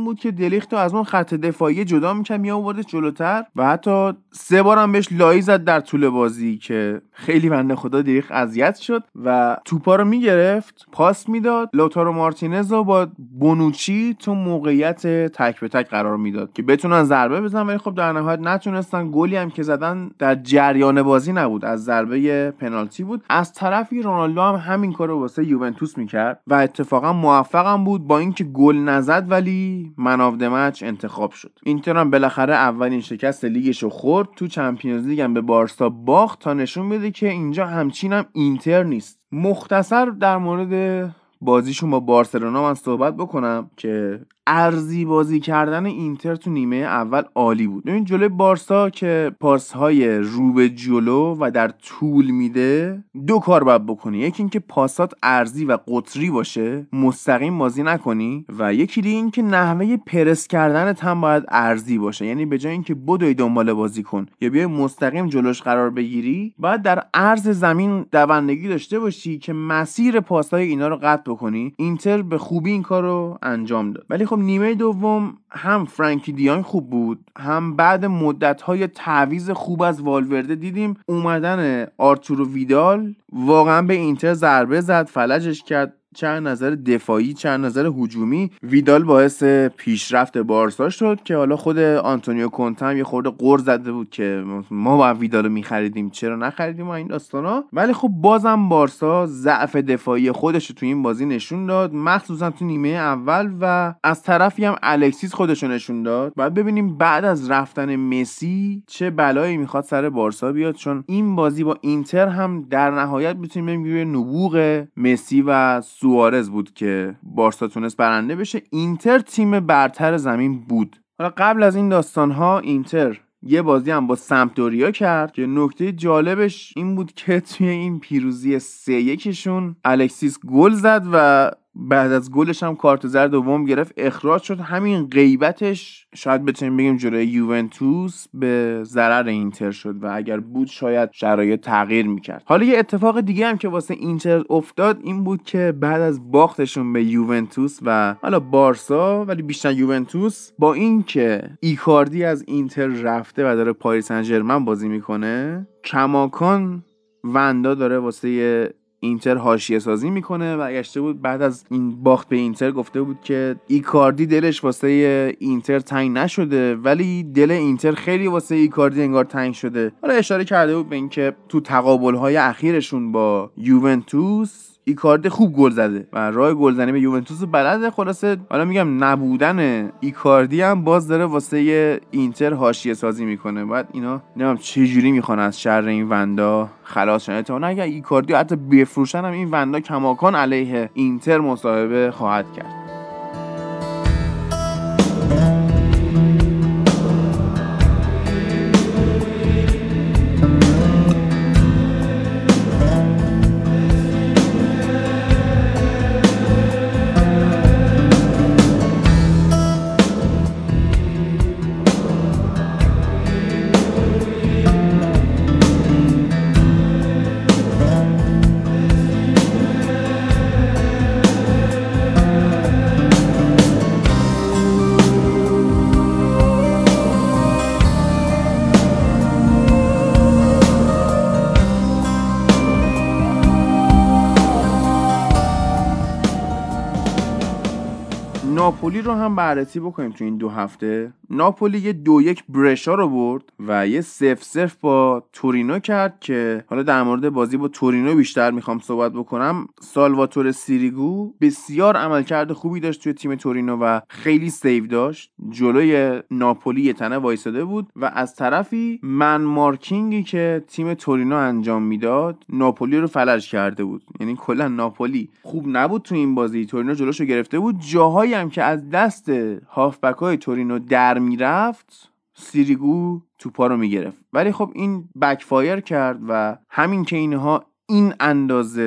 بود که دلیخت از اون خط دفاعی جدا می‌کرد میآوردش جلوتر و حتی 3 بار هم بهش لایی زد در طول بازی که خیلی بنده خدا دلیخت اذیت شد و توپا رو میگرفت، پاس میداد، لوتارو مارتینز رو با بونوچی تو موقعیت تک به تک قرار میداد که بتونن ضربه بزنن، ولی خب در نهایت نتونستن. گلی هم که زدن در جریان بازی نبود، از ضربه پنالتی بود. از طرفی رونالدو هم همین کارو واسه یوونتوس میکرد و اتفاقا موفقم بود، با اینکه گل نزد ولی من آف د مچ انتخاب شد. اینتر هم بالاخره اولین شکست لیگشو خورد، تو چمپیونز لیگ هم به بارسا باخت تا نشون بده که اینجا همچین هم اینتر نیست. مختصر در مورد بازیشون با بارسلونا من صحبت بکنم که ارزی بازی کردن اینتر تو نیمه اول عالی بود. ببین جلوی بارسا که پاسهای رو به جلو و در طول میده 2 کار باید بکنی، یکی این که پاسات ارزی و قطری باشه، مستقیم بازی نکنی، و یکی دیگه این که نحوه پرس کردنت هم باید ارزی باشه، یعنی به جای اینکه بدوی دنبال بازی کن یا بیای مستقیم جلوش قرار بگیری، باید در عرض زمین دوندگی داشته باشی که مسیر پاسهای اینا رو قطع بکنی. اینتر به خوبی این کارو انجام داد. ولی خب نیمه دوم هم فرانکی دیانگ خوب بود، هم بعد مدت‌های تعویض خوب از والورده دیدیم اومدن آرتورو ویدال واقعا به اینتر ضربه زد، فلجش کرد، چه نظر دفاعی چه نظر هجومی. ویدال باعث پیشرفت بارسا شد که حالا خود آنتونیو کونته هم یه خورده غر زده بود که ما با ویدالو می‌خریدیم چرا نخریدیم و این داستانا. ولی خب بازم بارسا ضعف دفاعی خودش رو تو این بازی نشون داد، مخصوصا تو نیمه اول، و از طرفی هم الکسیس خودش رو نشون داد. بعد ببینیم بعد از رفتن مسی چه بلایی میخواد سر بارسا بیاد، چون این بازی با اینتر هم در نهایت میتونیم بگیم نبوغ مسی و سوارز بود که بارسا تونست برنده بشه. اینتر تیم برتر زمین بود. حالا قبل از این داستان‌ها اینتر یه بازی هم با سمپدوریا کرد که نکته جالبش این بود که توی این پیروزی 3-1 شون الکسیس گل زد و بعد از گلش هم کارت زرد دوم گرفت، اخراج شد. همین غیبتش شاید بتونیم بگیم جلوی یوونتوس به ضرر اینتر شد و اگر بود شاید شرایط تغییر میکرد. حالا یه اتفاق دیگه هم که واسه اینتر افتاد این بود که بعد از باختشون به یوونتوس و حالا بارسا، ولی بیشتر یوونتوس، با اینکه ایکاردی از اینتر رفته و داره پاریس سن ژرمن بازی میکنه، کماکان وندا داره واسه اینتر حاشیه سازی میکنه و گشته بود بعد از این باخت به اینتر گفته بود که ایکاردی دلش واسه اینتر تنگ نشده ولی دل اینتر خیلی واسه ایکاردی انگار تنگ شده. حالا اشاره کرده بود به اینکه تو تقابل‌های اخیرشون با یوونتوس ایکاردی خوب گل زده و راه گلزنی به یوونتوس بلده. خلاصه حالا میگم نبودن ایکاردی هم باز داره واسه اینتر حاشیه سازی میکنه. بعد اینا نمیدونم چه جوری میخوان از شر این وندا خلاص شن. تا اگر ایکاردی حتی بفروشن هم این وندا کماکان علیه اینتر مصاحبه خواهد کرد. ناپولی رو هم بررسی بکنیم تو این 2 هفته. ناپولی یه 2-1 برشا رو برد و یه 0-0 با تورینو کرد که حالا در مورد بازی با تورینو بیشتر میخوام صحبت بکنم. سالواتور سیریگو بسیار عملکرد خوبی داشت توی تیم تورینو و خیلی سیو داشت، جلوی ناپولی یه تنه وایساده بود و از طرفی من مارکینگی که تیم تورینو انجام میداد ناپولی رو فلج کرده بود. یعنی کلا ناپولی خوب نبود تو این بازی، تورینو جلوشو گرفته بود. جاهایی هم که از دست هافبک‌های تورینو در میرفت سیریگو توپا رو میگرفت، ولی خب این بک فایر کرد و همین که اینها این اندازه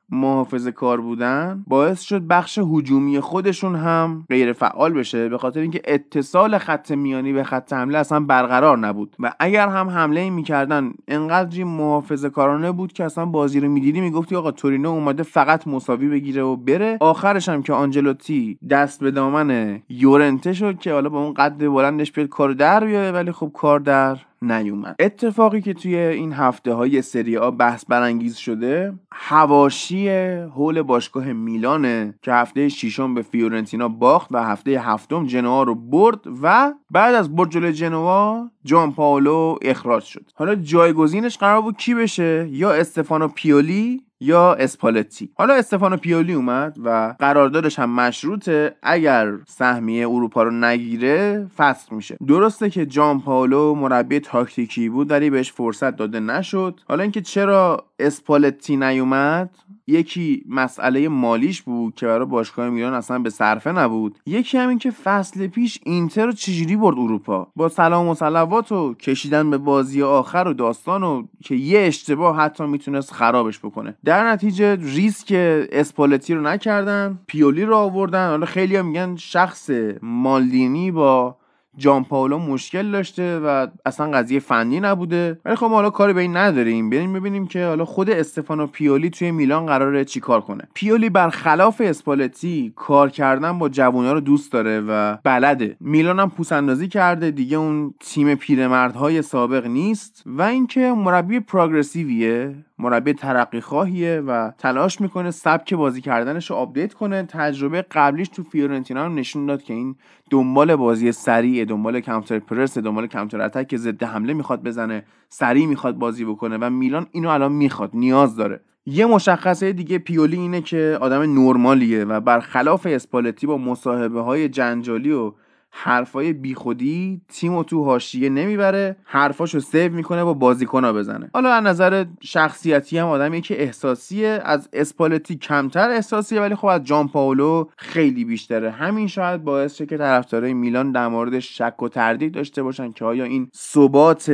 محافظه‌کار بودن باعث شد بخش هجومی خودشون هم غیر فعال بشه، به خاطر اینکه اتصال خط میانی به خط حمله اصلا برقرار نبود و اگر هم حمله می‌کردن انقدری محافظه‌کارانه بود که اصلا بازی رو می‌دیدی میگفتی آقا تورینو اومده فقط مساوی بگیره و بره. آخرش هم که آنجلوتی دست به دامن یورنته شد که حالا با اون قد بلندش بیاد کار در بیاره، ولی خب کار در نیومد. اتفاقی که توی این هفته های سری آ بحث برانگیز شده حواشی هول باشگاه میلانه که هفته ششم به فیورنتینا باخت و هفته هفتم جنوا رو برد و بعد از برد جلوی جنوا جانپائولو اخراج شد. حالا جایگزینش قرار بود کی بشه؟ یا استفانو پیولی یا اسپالتی. حالا استفانو پیولی اومد و قراردادش هم مشروطه، اگر سهمیه اروپا رو نگیره فسخ میشه. درسته که جانپائولو مربی تاکتیکی بود ولی بهش فرصت داده نشد. حالا اینکه چرا اسپالتی نیومد، یکی مسئله مالیش بود که برای باشگاه میلان اصلا به صرفه نبود، یکی همین که فصل پیش اینتر رو چجوری برد اروپا با سلام و صلوات و کشیدن به بازی آخر و داستان و که یه اشتباه حتی میتونست خرابش بکنه. در نتیجه ریسک اسپالتی رو نکردن، پیولی رو آوردن. حالا خیلی‌ها میگن شخص مالدینی با جانپائولو مشکل داشته و اصلا قضیه فنی نبوده، ولی خب ما حالا کاری به این نداریم. بریم ببینیم که حالا خود استفانو پیولی توی میلان قراره چی کار کنه. پیولی برخلاف اسپالتی کار کردن با جوونا رو دوست داره و بلده. میلان هم پوست اندازی کرده دیگه، اون تیم پیرمردهای سابق نیست و اینکه مربی پروگرسیویه، مربی ترقی خواهیه و تلاش میکنه سبک بازی کردنش رو آپدیت کنه. تجربه قبلیش تو فیورنتینا هم نشون داد که این دنبال بازی سریع، دنبال کانتر پرس، دنبال کانتر اتک که ضد حمله میخواد بزنه، سریع میخواد بازی بکنه و میلان اینو الان میخواد، نیاز داره. یه مشخصه دیگه پیولی اینه که آدم نرمالیه و برخلاف اسپالتی با مصاحبه های جنجالی و حرفای بیخودی تیمو تو حاشیه نمیبره، حرفاشو سیو میکنه با بازیکن‌ها بزنه. حالا از نظر شخصیتی هم آدمی که احساسیه، از اسپالتی کمتر احساسیه ولی خب از جانپائولو خیلی بیشتره. همین شاید باعث شه که طرفدارای میلان در موردش شک و تردید داشته باشن که آیا این ثبات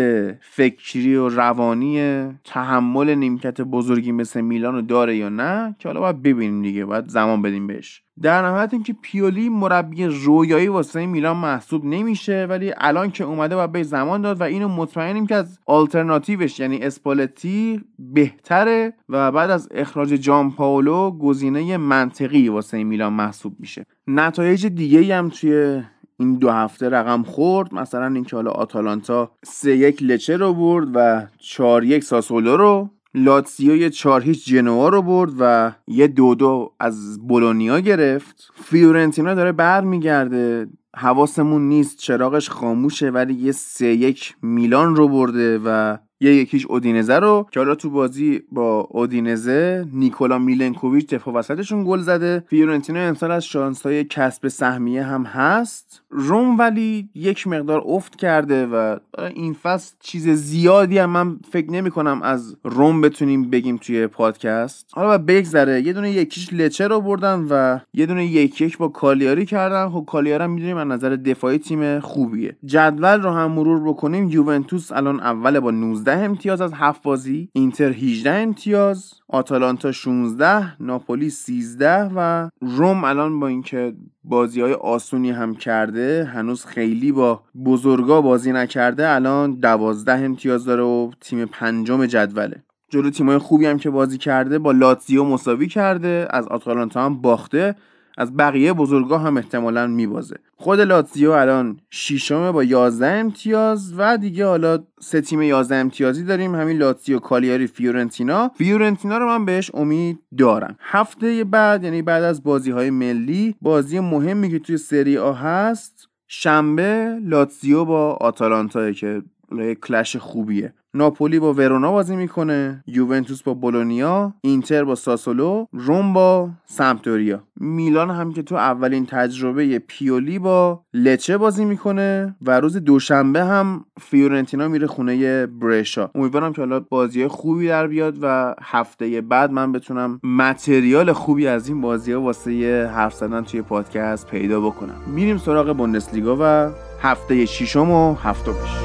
فکری و روانی تحمل نیمکت بزرگی مثل میلانو داره یا نه، که حالا باید ببینیم دیگه، باید زمان بدیم بهش. در نهایت اینکه پیولی مربی رویایی واسه میلان محسوب نمیشه، ولی الان که اومده باید به زمان داد و اینو مطمئنیم که از آلترناتیوش یعنی اسپالتی بهتره و بعد از اخراج جانپائولو گزینه منطقی واسه میلان محسوب میشه. نتایج دیگه‌ای هم توی این 2 هفته رقم خورد، مثلا اینکه حالا آتالانتا 3-1 لچه رو برد و 4-1 ساسولو رو، لاتزیو 4-0 جنوا رو برد و 1-2 از بولونیا گرفت. فیورنتینا داره برمیگرده، حواسمون نیست، چراغش خاموشه، ولی 3-1 میلان رو برده و 1-1 اودینزه رو که حالا تو بازی با اودینزه نیکولا میلنکوویچ دفاع وسطشون گل زده. فیورنتینا امسال از شانس‌های کسب سهمیه هم هست. روم ولی یک مقدار افت کرده و این فصل چیز زیادی هم من فکر نمی‌کنم از روم بتونیم بگیم توی پادکست. حالا بگذره، یه دونه 1-0 لچه رو بردن و یه دونه 1-1 با کالیاری کردن. خب کالیاری هم می‌دونیم از نظر دفاعی تیم خوبیه. جدول رو هم مرور بکنیم، یوونتوس الان اول با 19 امتیاز از 7 بازی، اینتر 18 امتیاز، آتالانتا 16، ناپولی 13 و روم الان با اینکه بازی‌های آسونی هم کرده هنوز خیلی با بزرگا بازی نکرده، الان 12 امتیاز داره و تیم پنجم جدوله. جلو تیم‌های خوبی هم که بازی کرده، با لاتزیو مساوی کرده، از آتالانتا هم باخته، از بقیه بزرگا هم احتمالاً میبازه. خود لاتزیو الان 6م با 11 امتیاز و دیگه حالا 3 تیم 11 امتیازی داریم، همین لاتزیو، کالیاری، فیورنتینا رو من بهش امید دارم. هفته بعد یعنی بعد از بازی‌های ملی، بازی مهمی که توی سری آ هست، شنبه لاتزیو با آتالانتا که کلش خوبیه. ناپولی با ورونا بازی میکنه، یوونتوس با بولونیا، اینتر با ساسولو، روم با سمپدوریا. میلان هم که تو اولین تجربه پیولی با لچه بازی میکنه و روز دوشنبه هم فیورنتینا میره خونه برشا. امیدوارم که حالا بازی خوبی در بیاد و هفته بعد من بتونم متریال خوبی از این بازی‌ها واسه حرف زدن توی پادکست پیدا بکنم. میریم سراغ بوندسلیگا و هفته ششم و هفتمش.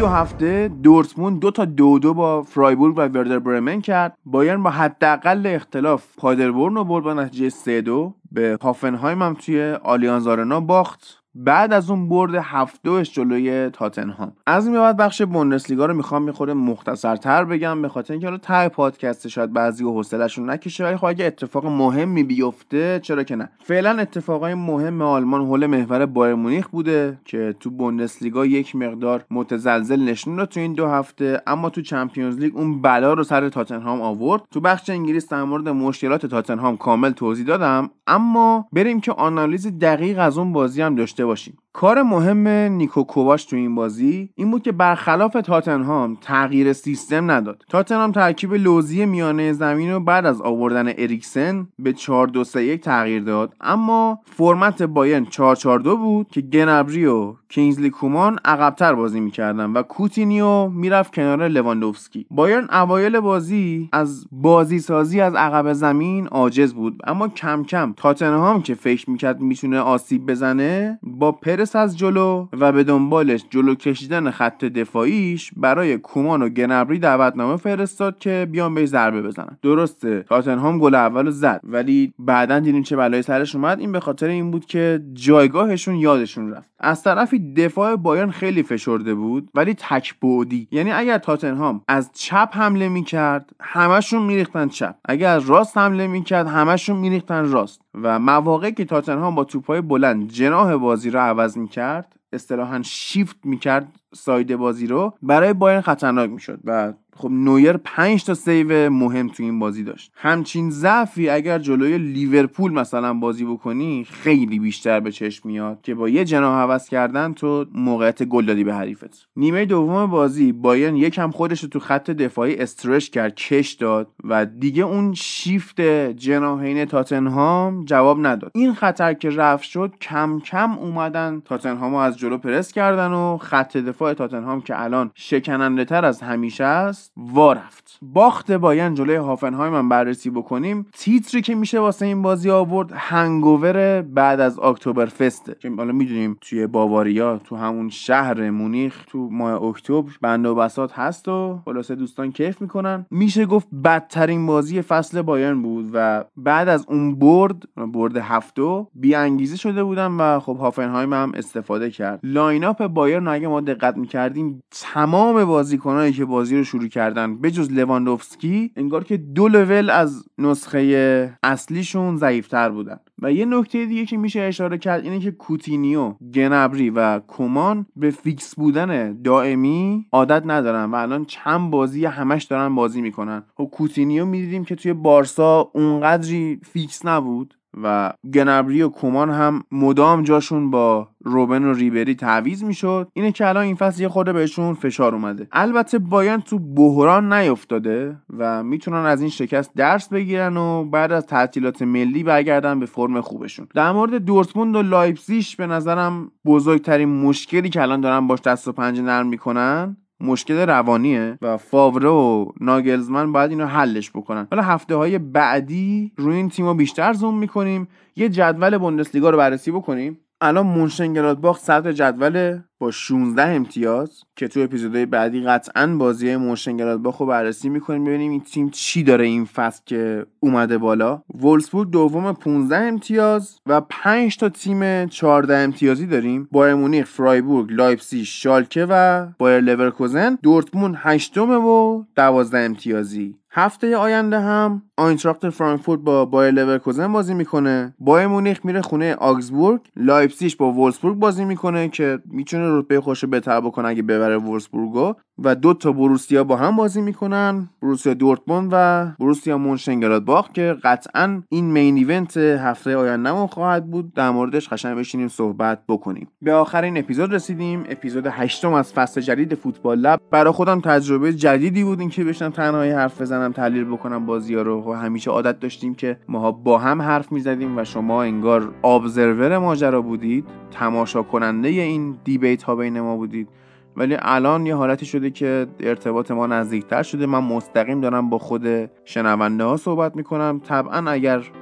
2 هفته دورتموند 2-2 با فرایبورگ و وردر برمن کرد. بایرن با حداقل اختلاف پادربورن رو برد با نتیجه 3-2. به هافنهایم هم توی آلیانز آرنا باخت بعد از اون برد 7-2 جلوی تاتنهام. از این به بعد بخش بوندسلیگا رو میخوام یه خورده مختصرتر بگم، به خاطر اینکه ته پادکست شاید بعضی حوصله‌شون نکشه، ولی خب اگه اتفاق مهمی بیفته چرا که نه. فعلا اتفاقای مهم آلمان حول محور بایر مونیخ بوده که تو بوندسلیگا یک مقدار متزلزل نشون داد تو این 2 هفته، اما تو چمپیونز لیگ اون بلا رو سر تاتنهام آورد. تو بخش انگلیس در مورد مشکلات تاتنهام کامل توضیح دادم، اما بریم که آنالیز دقیق از اون بازی هم داشته باشیم. کار مهم نیکو کوواچ تو این بازی این بود که برخلاف تاتنهام تغییر سیستم نداد. تاتنهام ترکیب لوزی میانه زمین رو بعد از آوردن اریکسن به 4-2-3-1 تغییر داد، اما فرمت بایرن 4-4-2 بود که گنبری و کینگزلی کومان عقب‌تر بازی می‌کردن و کوتینیو میرفت کنار لواندوفسکی. بایرن اوایل بازی از بازی سازی از عقب زمین عاجز بود، اما کم کم تاتنهام که فکر می‌کرد میتونه آسیب بزنه با پرس از جلو و به دنبالش جلو کشیدن خط دفاعیش برای کومان و گنبری دعوتنامه فرستاد که بیان به ضربه بزنن. درسته تاتنهام گل اولو زد، ولی بعدن دیدیم چه بلایی سرش اومد. این به خاطر این بود که جایگاهشون یادشون رفت. از طرفی دفاع بایرن خیلی فشرده بود ولی تک بعدی، یعنی اگر تاتنهام از چپ حمله میکرد همشون میریختن چپ، اگر از راست حمله میکرد همشون میریختن راست و مواقعی که تاتنهام با توپای بلند جناح بازی رو عوض میکرد، اصطلاحاً شیفت میکرد ساید بازی رو، برای بایرن خطرناک میشد و خب نویر 5 تا سیو مهم تو این بازی داشت. همچین ضعفی اگر جلوی لیورپول مثلا بازی بکنی خیلی بیشتر به چشم میاد که با یه جناح عوض کردن تو موقعیت گل دادی به حریفت. نیمه دوم بازی بایرن یکم خودش رو تو خط دفاعی استرچ کرد، کش داد و دیگه اون شیفت جناحین تاتنهام جواب نداد. این خطر که رفع شد کم کم اومدن تاتنهامو از جلو پرس کردن و خط دفاع تاتنهام که الان شکننده تر از همیشه است وارفت. باخت بایرن جلوی هافنهایم هم بررسی بکنیم. تیتری که میشه واسه این بازی آورد هنگوور بعد از اکتبر فسته که حالا میدونیم توی باواریا تو همون شهر مونیخ تو ماه اکتبر بند و بساط هست و خلاصه دوستان کیف میکنن. میشه گفت بدترین بازی فصل بایرن بود و بعد از اون برد 7-2 بی انگیزه شده بودن و خب هافنهایم هم استفاده کرد. لاین اپ بایرن اگه ما دقت میکردیم تمام بازیکنایی که بازی رو شروع کردن به جز لواندوفسکی انگار که 2 لول از نسخه اصلیشون ضعیف‌تر بودن. و یه نکته دیگه که میشه اشاره کرد اینه که کوتینیو، گنبری و کومان به فیکس بودن دائمی عادت ندارن و الان چند بازی همش دارن بازی میکنن. و کوتینیو میدیدیم که توی بارسا اونقدری فیکس نبود و گنبری و کومان هم مدام جاشون با روبن و ریبری تعویض میشد. اینه که الان این فصل یه خورده بهشون فشار اومده. البته بایرن تو بحران نیافتاده و میتونن از این شکست درس بگیرن و بعد از تعطیلات ملی برگردن به فرم خوبشون. در مورد دورتموند و لایپزیگ به نظرم بزرگترین مشکلی که الان دارن باش دست و پنجه نرم میکنن مشکل روانیه و فاوره و ناگلزمن باید اینو حلش بکنن. حالا هفته‌های بعدی روی این تیمو بیشتر زوم میکنیم. یه جدول بوندسلیگا رو بررسی بکنیم. الان مونشنگلادباخ صدر جدول با 16 امتیاز که تو اپیزودهای بعدی قطعاً بازی مونشنگلادباخ رو بررسی میکنیم ببینیم این تیم چی داره این فصل که اومده بالا. وولفسبورگ دوم 15 امتیاز و 5 تا تیم 14 امتیازی داریم: بایر مونیخ، فرایبورگ، لایپزیگ، شالکه و بایر لورکوزن. دورتموند 8م و 12 امتیازی. هفته آینده هم آینتراخت فرانکفورت با بایر لورکوزن بازی میکنه. بایر مونیخ میره خونه آگزبورگ. لایپزیگ با وولفسبورگ بازی میکنه که میتونه رتبه خوش بهتر بکنه اگه ببره وولفسبورگو. و 2 تا بروسیا با هم بازی میکنن، بروسیا دورتموند و بروسیا مونشنگلادباخ که قطعاً این مین ایونت هفته آیندهمون خواهد بود. در موردش قشنگ بشینیم صحبت بکنیم. به آخرین اپیزود رسیدیم، اپیزود 8 از فصل جدید فوتبال لب. برای خودم تجربه جدیدی بود اینکه بشنم تنهایی حرف بزنم، تحلیل بکنم بازی‌ها رو. و همیشه عادت داشتیم که ماها با هم حرف میزدیم و شما انگار ابزرور ماجرا بودید، تماشا کننده این دیبیت ها بین ما بودید. ولی الان یه حالتی شده که ارتباط ما نزدیکتر شده. من مستقیم دارم با خود شنونده ها صحبت میکنم. طبعا اگر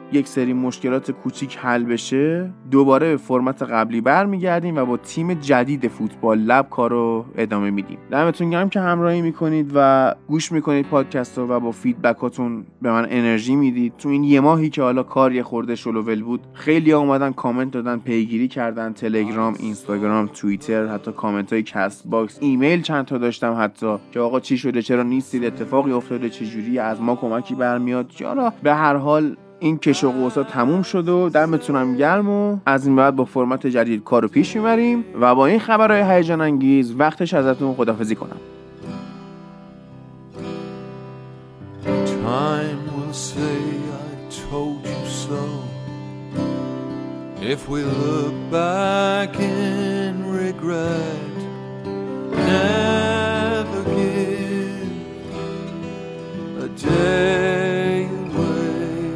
یک سری مشکلات کوچیک حل بشه دوباره به فرمت قبلی برمیگردیم و با تیم جدید فوتبال لب کارو ادامه میدیم. دمتون گرم که همراهی میکنید و گوش میکنید پادکست رو و با فیدبکاتون به من انرژی میدید. تو این یه ماهی که حالا کار یه خورده شلوول بود خیلی اومدن کامنت دادن، پیگیری کردن، تلگرام، اینستاگرام، توییتر، حتی کامنت های کست باکس، ایمیل چند تا داشتم حتی که آقا چی شده، چرا نیستید، اتفاقی افتاده، چه جوری از ما کمکی برمیاد. حالا به هر حال این کش و قوسا تموم شد و دمتونم گرم و از این بعد با فرمت جدید کارو پیش میبریم و با این خبرهای هیجان انگیز وقتش ازتون خداحافظی کنم. Time will say I told you so. If we look back in regret, never give a day away.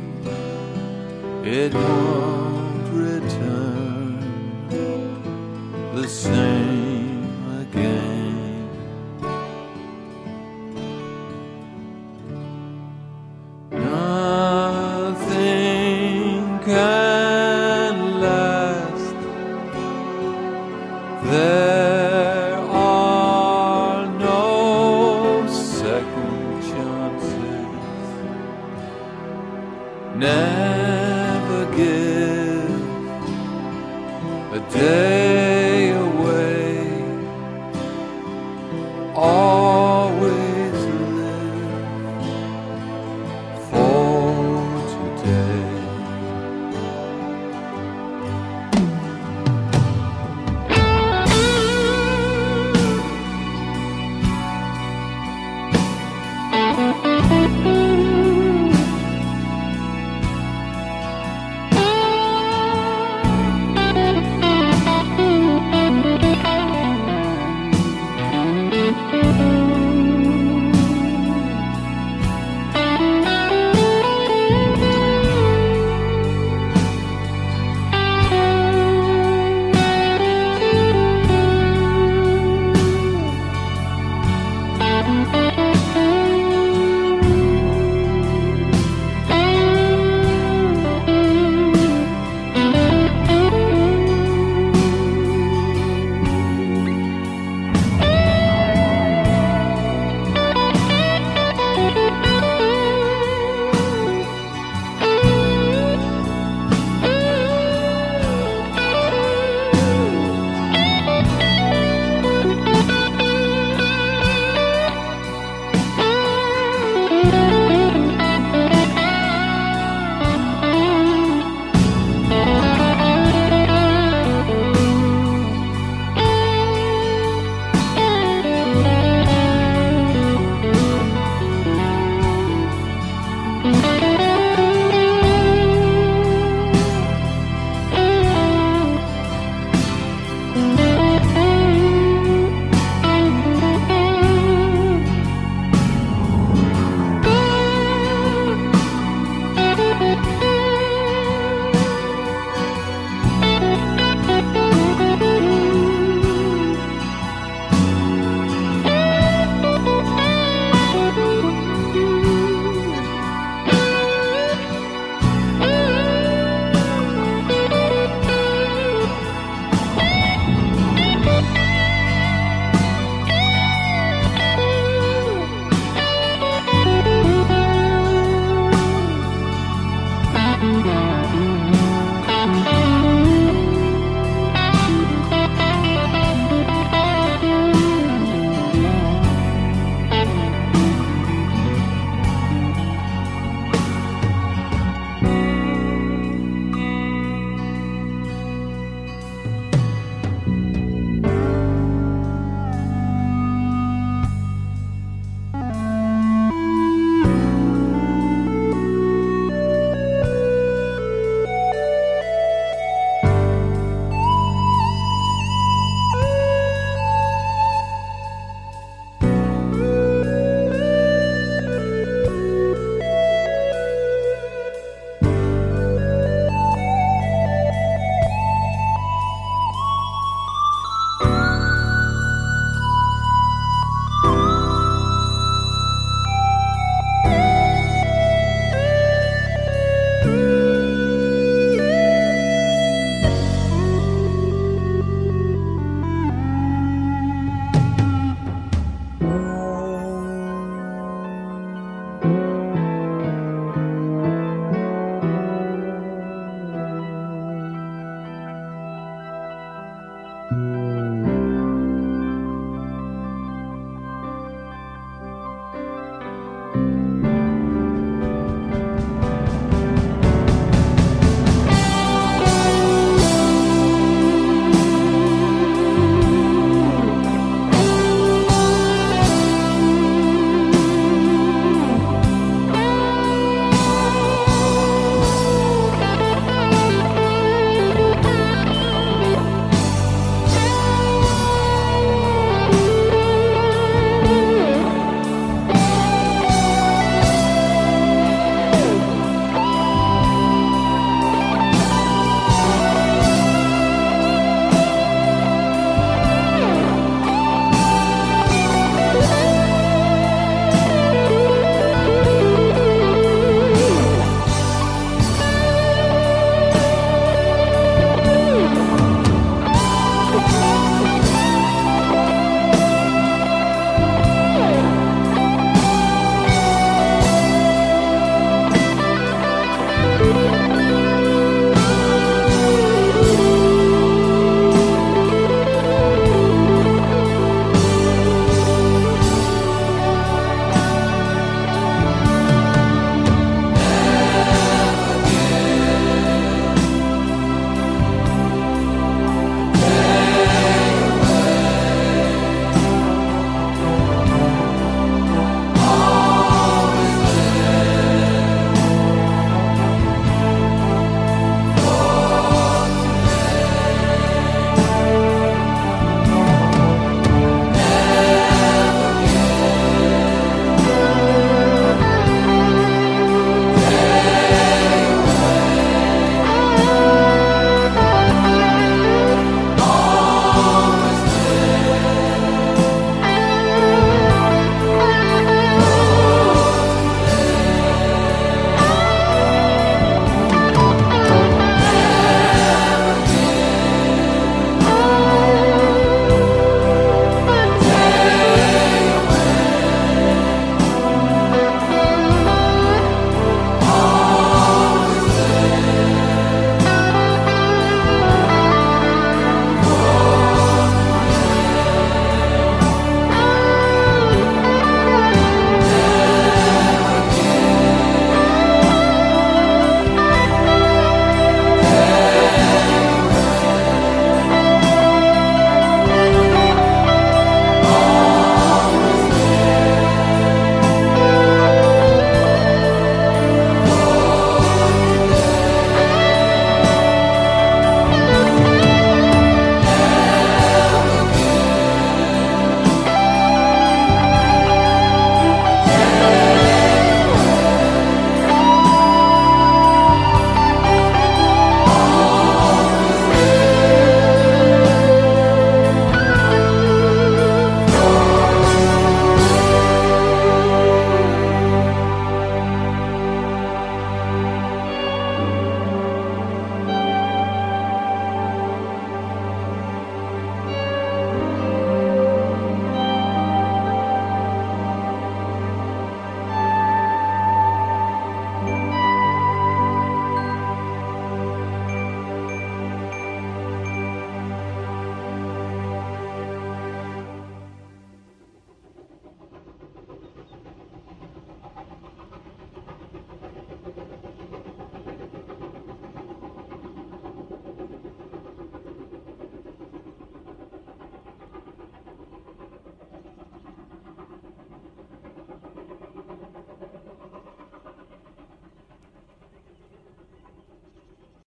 It won't return the same again. Nothing can last. There are no second chances. Never give a day